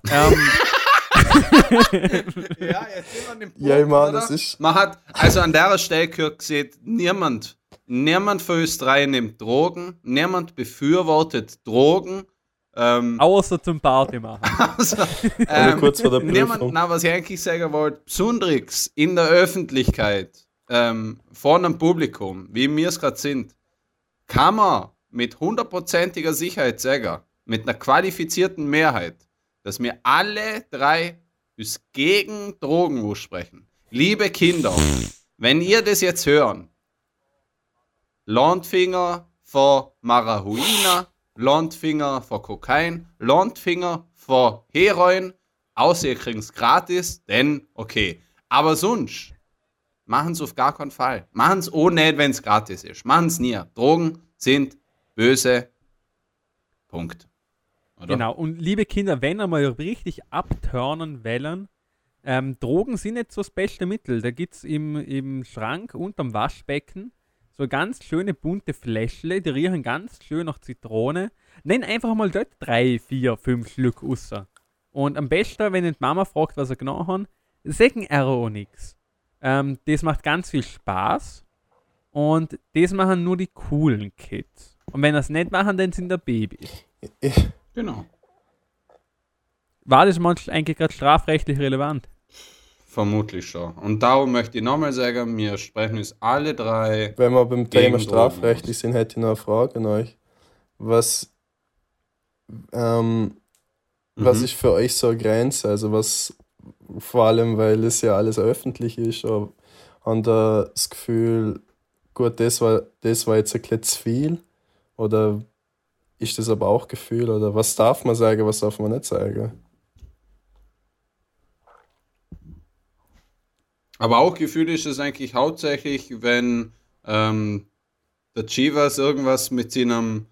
Ja, jetzt sind wir an dem Punkt, ja, ich meine, oder? das ist. Man hat, also an der Stelle gesehen, niemand von uns drei nimmt Drogen, niemand befürwortet Drogen. außer zum Party machen. Also, Oder kurz vor der niemand, Prüfung. na, was ich eigentlich sagen wollte, besonders in der Öffentlichkeit, vor einem Publikum, wie wir es gerade sind, kann man mit 100%iger Sicherheit sagen, mit einer qualifizierten Mehrheit, dass wir alle drei uns gegen Drogen aussprechen. liebe Kinder, wenn ihr das jetzt hören, Landfinger vor Marihuana, Landfinger vor Kokain, Landfinger vor Heroin, außer ihr kriegt es gratis, denn okay. Aber sonst, machen es auf gar keinen Fall. Machen es auch nicht, wenn es gratis ist. Machen es nie. Drogen sind böse. Punkt. Oder? Genau, und liebe Kinder, wenn ihr mal richtig abturnen wollen, Drogen sind nicht so das beste Mittel. Da gibt es im Schrank unterm Waschbecken so ganz schöne bunte Fläschle, die riechen ganz schön nach Zitrone. Nenn einfach mal dort 3, 4, 5 Schluck raus. Und am besten, wenn die Mama fragt, was er genau hat, sagen er auch nichts. Das macht ganz viel Spaß und das machen nur die coolen Kids. Und wenn das nicht machen, dann sind da Babys. Genau. War das manchmal eigentlich gerade strafrechtlich relevant? Vermutlich schon. Und darum möchte ich nochmal sagen, wir sprechen uns alle drei. Wenn wir beim Gegen Thema Drogen strafrechtlich aus. sind, hätte ich noch eine Frage an euch. Was ist für euch so eine Grenze? Also was, vor allem, weil es ja alles öffentlich ist, aber habt ihr das Gefühl, gut, das war jetzt ein bisschen zu viel? Oder ist das ein Bauchgefühl? Oder was darf man sagen, was darf man nicht sagen? Aber auch Gefühl ist es eigentlich hauptsächlich, wenn der Chivas irgendwas mit seinem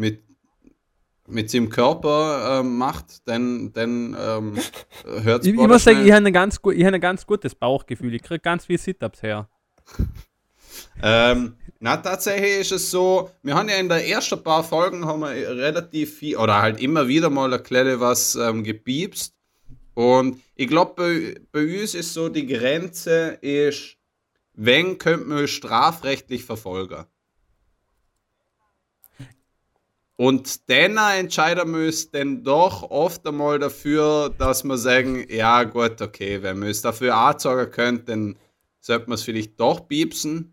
Körper macht, dann hört es Ich muss sagen, ich habe ein ganz gutes Bauchgefühl. Ich kriege ganz viele Sit-Ups her. Na, tatsächlich ist es so, wir haben ja in der ersten paar Folgen haben wir relativ viel, oder halt immer wieder mal erklärt, was gepiepst. Und ich glaube, bei uns ist so, die Grenze ist, wenn könnte man strafrechtlich verfolgen. Und dann entscheiden wir uns dann doch oft einmal dafür, dass wir sagen, ja gut, okay, wenn wir es dafür anzeigen können, dann sollte man es vielleicht doch piepsen.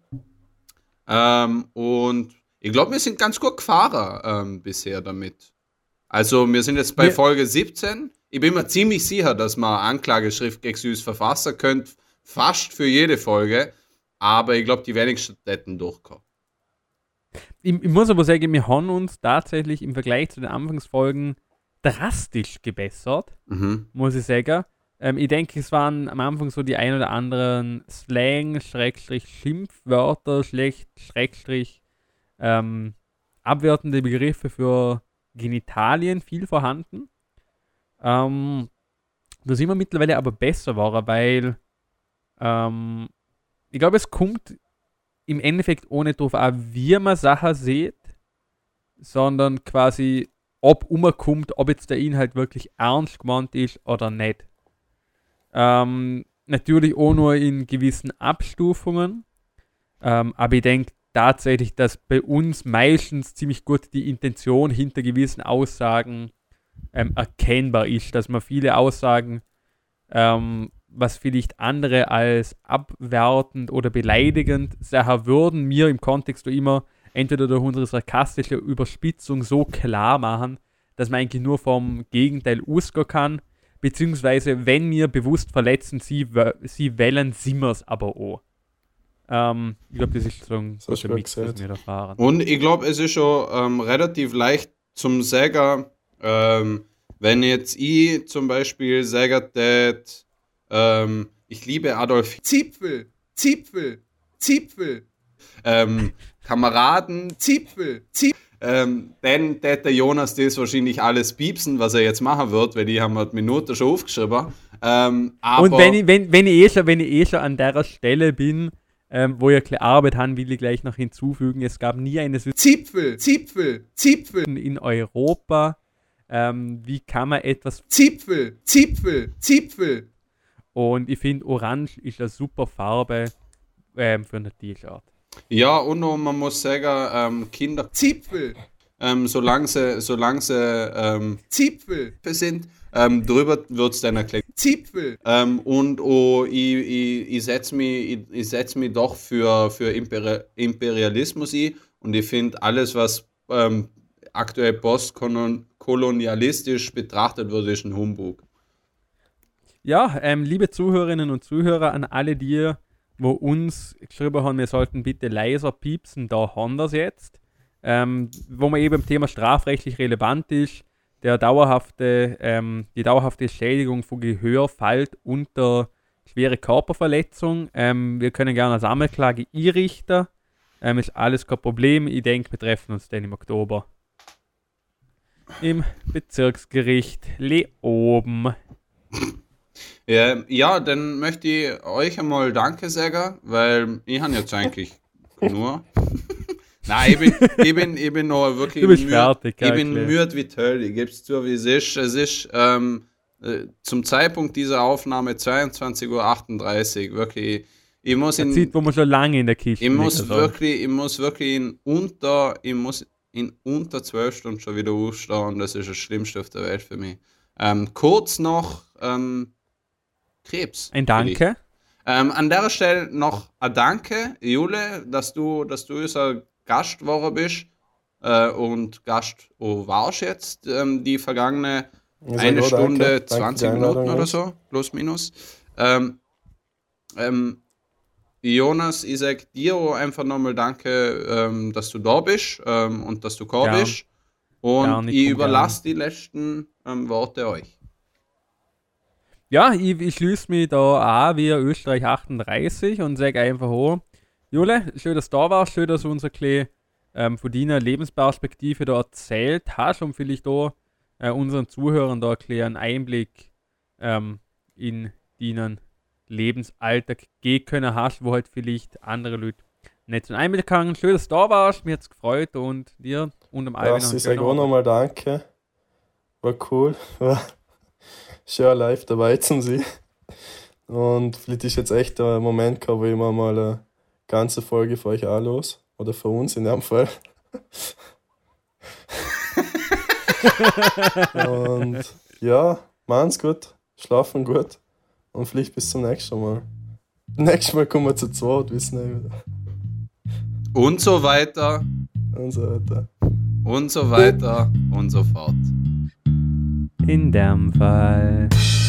Und ich glaube, wir sind ganz gut gefahren bisher damit. Also wir sind jetzt bei Folge 17. Ich bin mir ziemlich sicher, dass man Anklageschrift gegen uns verfassen könnt, fast für jede Folge. Aber ich glaube, die wenigsten hätten durchkommen. Ich muss aber sagen, wir haben uns tatsächlich im Vergleich zu den Anfangsfolgen drastisch gebessert, muss ich sagen. Ich denke, es waren am Anfang so die ein oder anderen Slang, Schimpfwörter, abwertende Begriffe für Genitalien viel vorhanden. Da sind wir mittlerweile aber besser geworden, weil ich glaube, es kommt im Endeffekt auch nicht darauf an, wie man Sachen sieht, sondern quasi, ob umkommt, ob jetzt der Inhalt wirklich ernst gemeint ist oder nicht. Natürlich auch nur in gewissen Abstufungen, aber ich denke tatsächlich, dass bei uns meistens ziemlich gut die Intention hinter gewissen Aussagen erkennbar ist, dass man viele Aussagen, was vielleicht andere als abwertend oder beleidigend sagen würden, mir im Kontext immer entweder durch unsere sarkastische Überspitzung so klar machen, dass man eigentlich nur vom Gegenteil ausgehen kann, beziehungsweise wenn wir bewusst verletzen, sie wählen, sind wir es aber auch. Ich glaube, das ist so ein guter Mix, den wir da fahren. Und ich glaube, es ist schon relativ leicht zum Sagen, wenn jetzt ich zum Beispiel sagen tät, ich liebe Adolf Zipfel, Kameraden, Zipfel. Dann tät der Jonas das wahrscheinlich alles piepsen, was er jetzt machen wird, weil die haben halt Minuten schon aufgeschrieben. Aber und wenn ich schon an der Stelle bin, wo ich ein bisschen Arbeit habe, will ich gleich noch hinzufügen, es gab nie eine Zipfel in Europa. Wie kann man etwas Zipfel. Und ich finde, Orange ist eine super Farbe für ein T-Shirt. Ja, und noch, man muss sagen, Kinder Zipfel, solange sie Zipfel sind, drüber wird es dann erklärt. Zipfel. Und ich setze mich doch für Imperialismus ein und ich finde, alles, was aktuell postkolonialistisch betrachtet wird, ist ein Humbug. Ja, liebe Zuhörerinnen und Zuhörer, an alle die, wo uns geschrieben haben, wir sollten bitte leiser piepsen, da haben wir es jetzt. Wo man eben beim Thema strafrechtlich relevant ist, die dauerhafte Schädigung von Gehör fällt unter schwere Körperverletzung. Wir können gerne eine Sammelklage einrichten. Ist alles kein Problem. Ich denke, wir treffen uns dann im Oktober im Bezirksgericht Leoben. Ja, dann möchte ich euch einmal Danke sagen, weil ich habe jetzt eigentlich nur. Nein, ich bin noch wirklich Du bist fertig, ich bin okay. müde wie Töll, ich gebe es zu, wie es ist. Es ist zum Zeitpunkt dieser Aufnahme 22:38 Uhr, wirklich, ich muss Eine Zeit, wo man schon lange in der Kiste ich muss liegt, wirklich in unter 12 Stunden schon wieder aufstehen und das ist das Schlimmste auf der Welt für mich. Kurz noch Krebs. Ein Danke. An der Stelle noch ein Danke, Jule, dass du unser Gast geworden bist und Gast warst jetzt die vergangene Ich sag eine auch Stunde, danke. Danke 20 für die Minuten Einladung, oder Jungs. so, plus minus. Jonas, ich sag dir auch einfach nochmal Danke, dass du da bist und dass du gekommen Gern. bist. Und Gern, ich ich komm überlasse die letzten Worte euch. Ja, ich schließe mich da an wie Österreich 38 und sage einfach, Jule, schön, dass du da warst, schön, dass du uns ein bisschen von deiner Lebensperspektive da erzählt hast und vielleicht da unseren Zuhörern da ein bisschen einen Einblick in deinen Lebensalltag geben können hast, wo halt vielleicht andere Leute nicht so einen Einblick haben. Schön, dass du da warst, mir hat es gefreut und dir und dem Alvin. Ja, ich sage auch nochmal danke. War cool. War schön live dabei zu sein. Und vielleicht ist jetzt echt ein Moment gehabt, wo ich mir mal eine ganze Folge für euch anlos. Oder für uns in dem Fall. Und ja, machen's gut, schlafen gut und vielleicht bis zum nächsten Mal. Nächstes Mal kommen wir zu zweit, wissen wir wieder. Und so weiter Und so weiter. und so weiter und so fort. In dem Fall.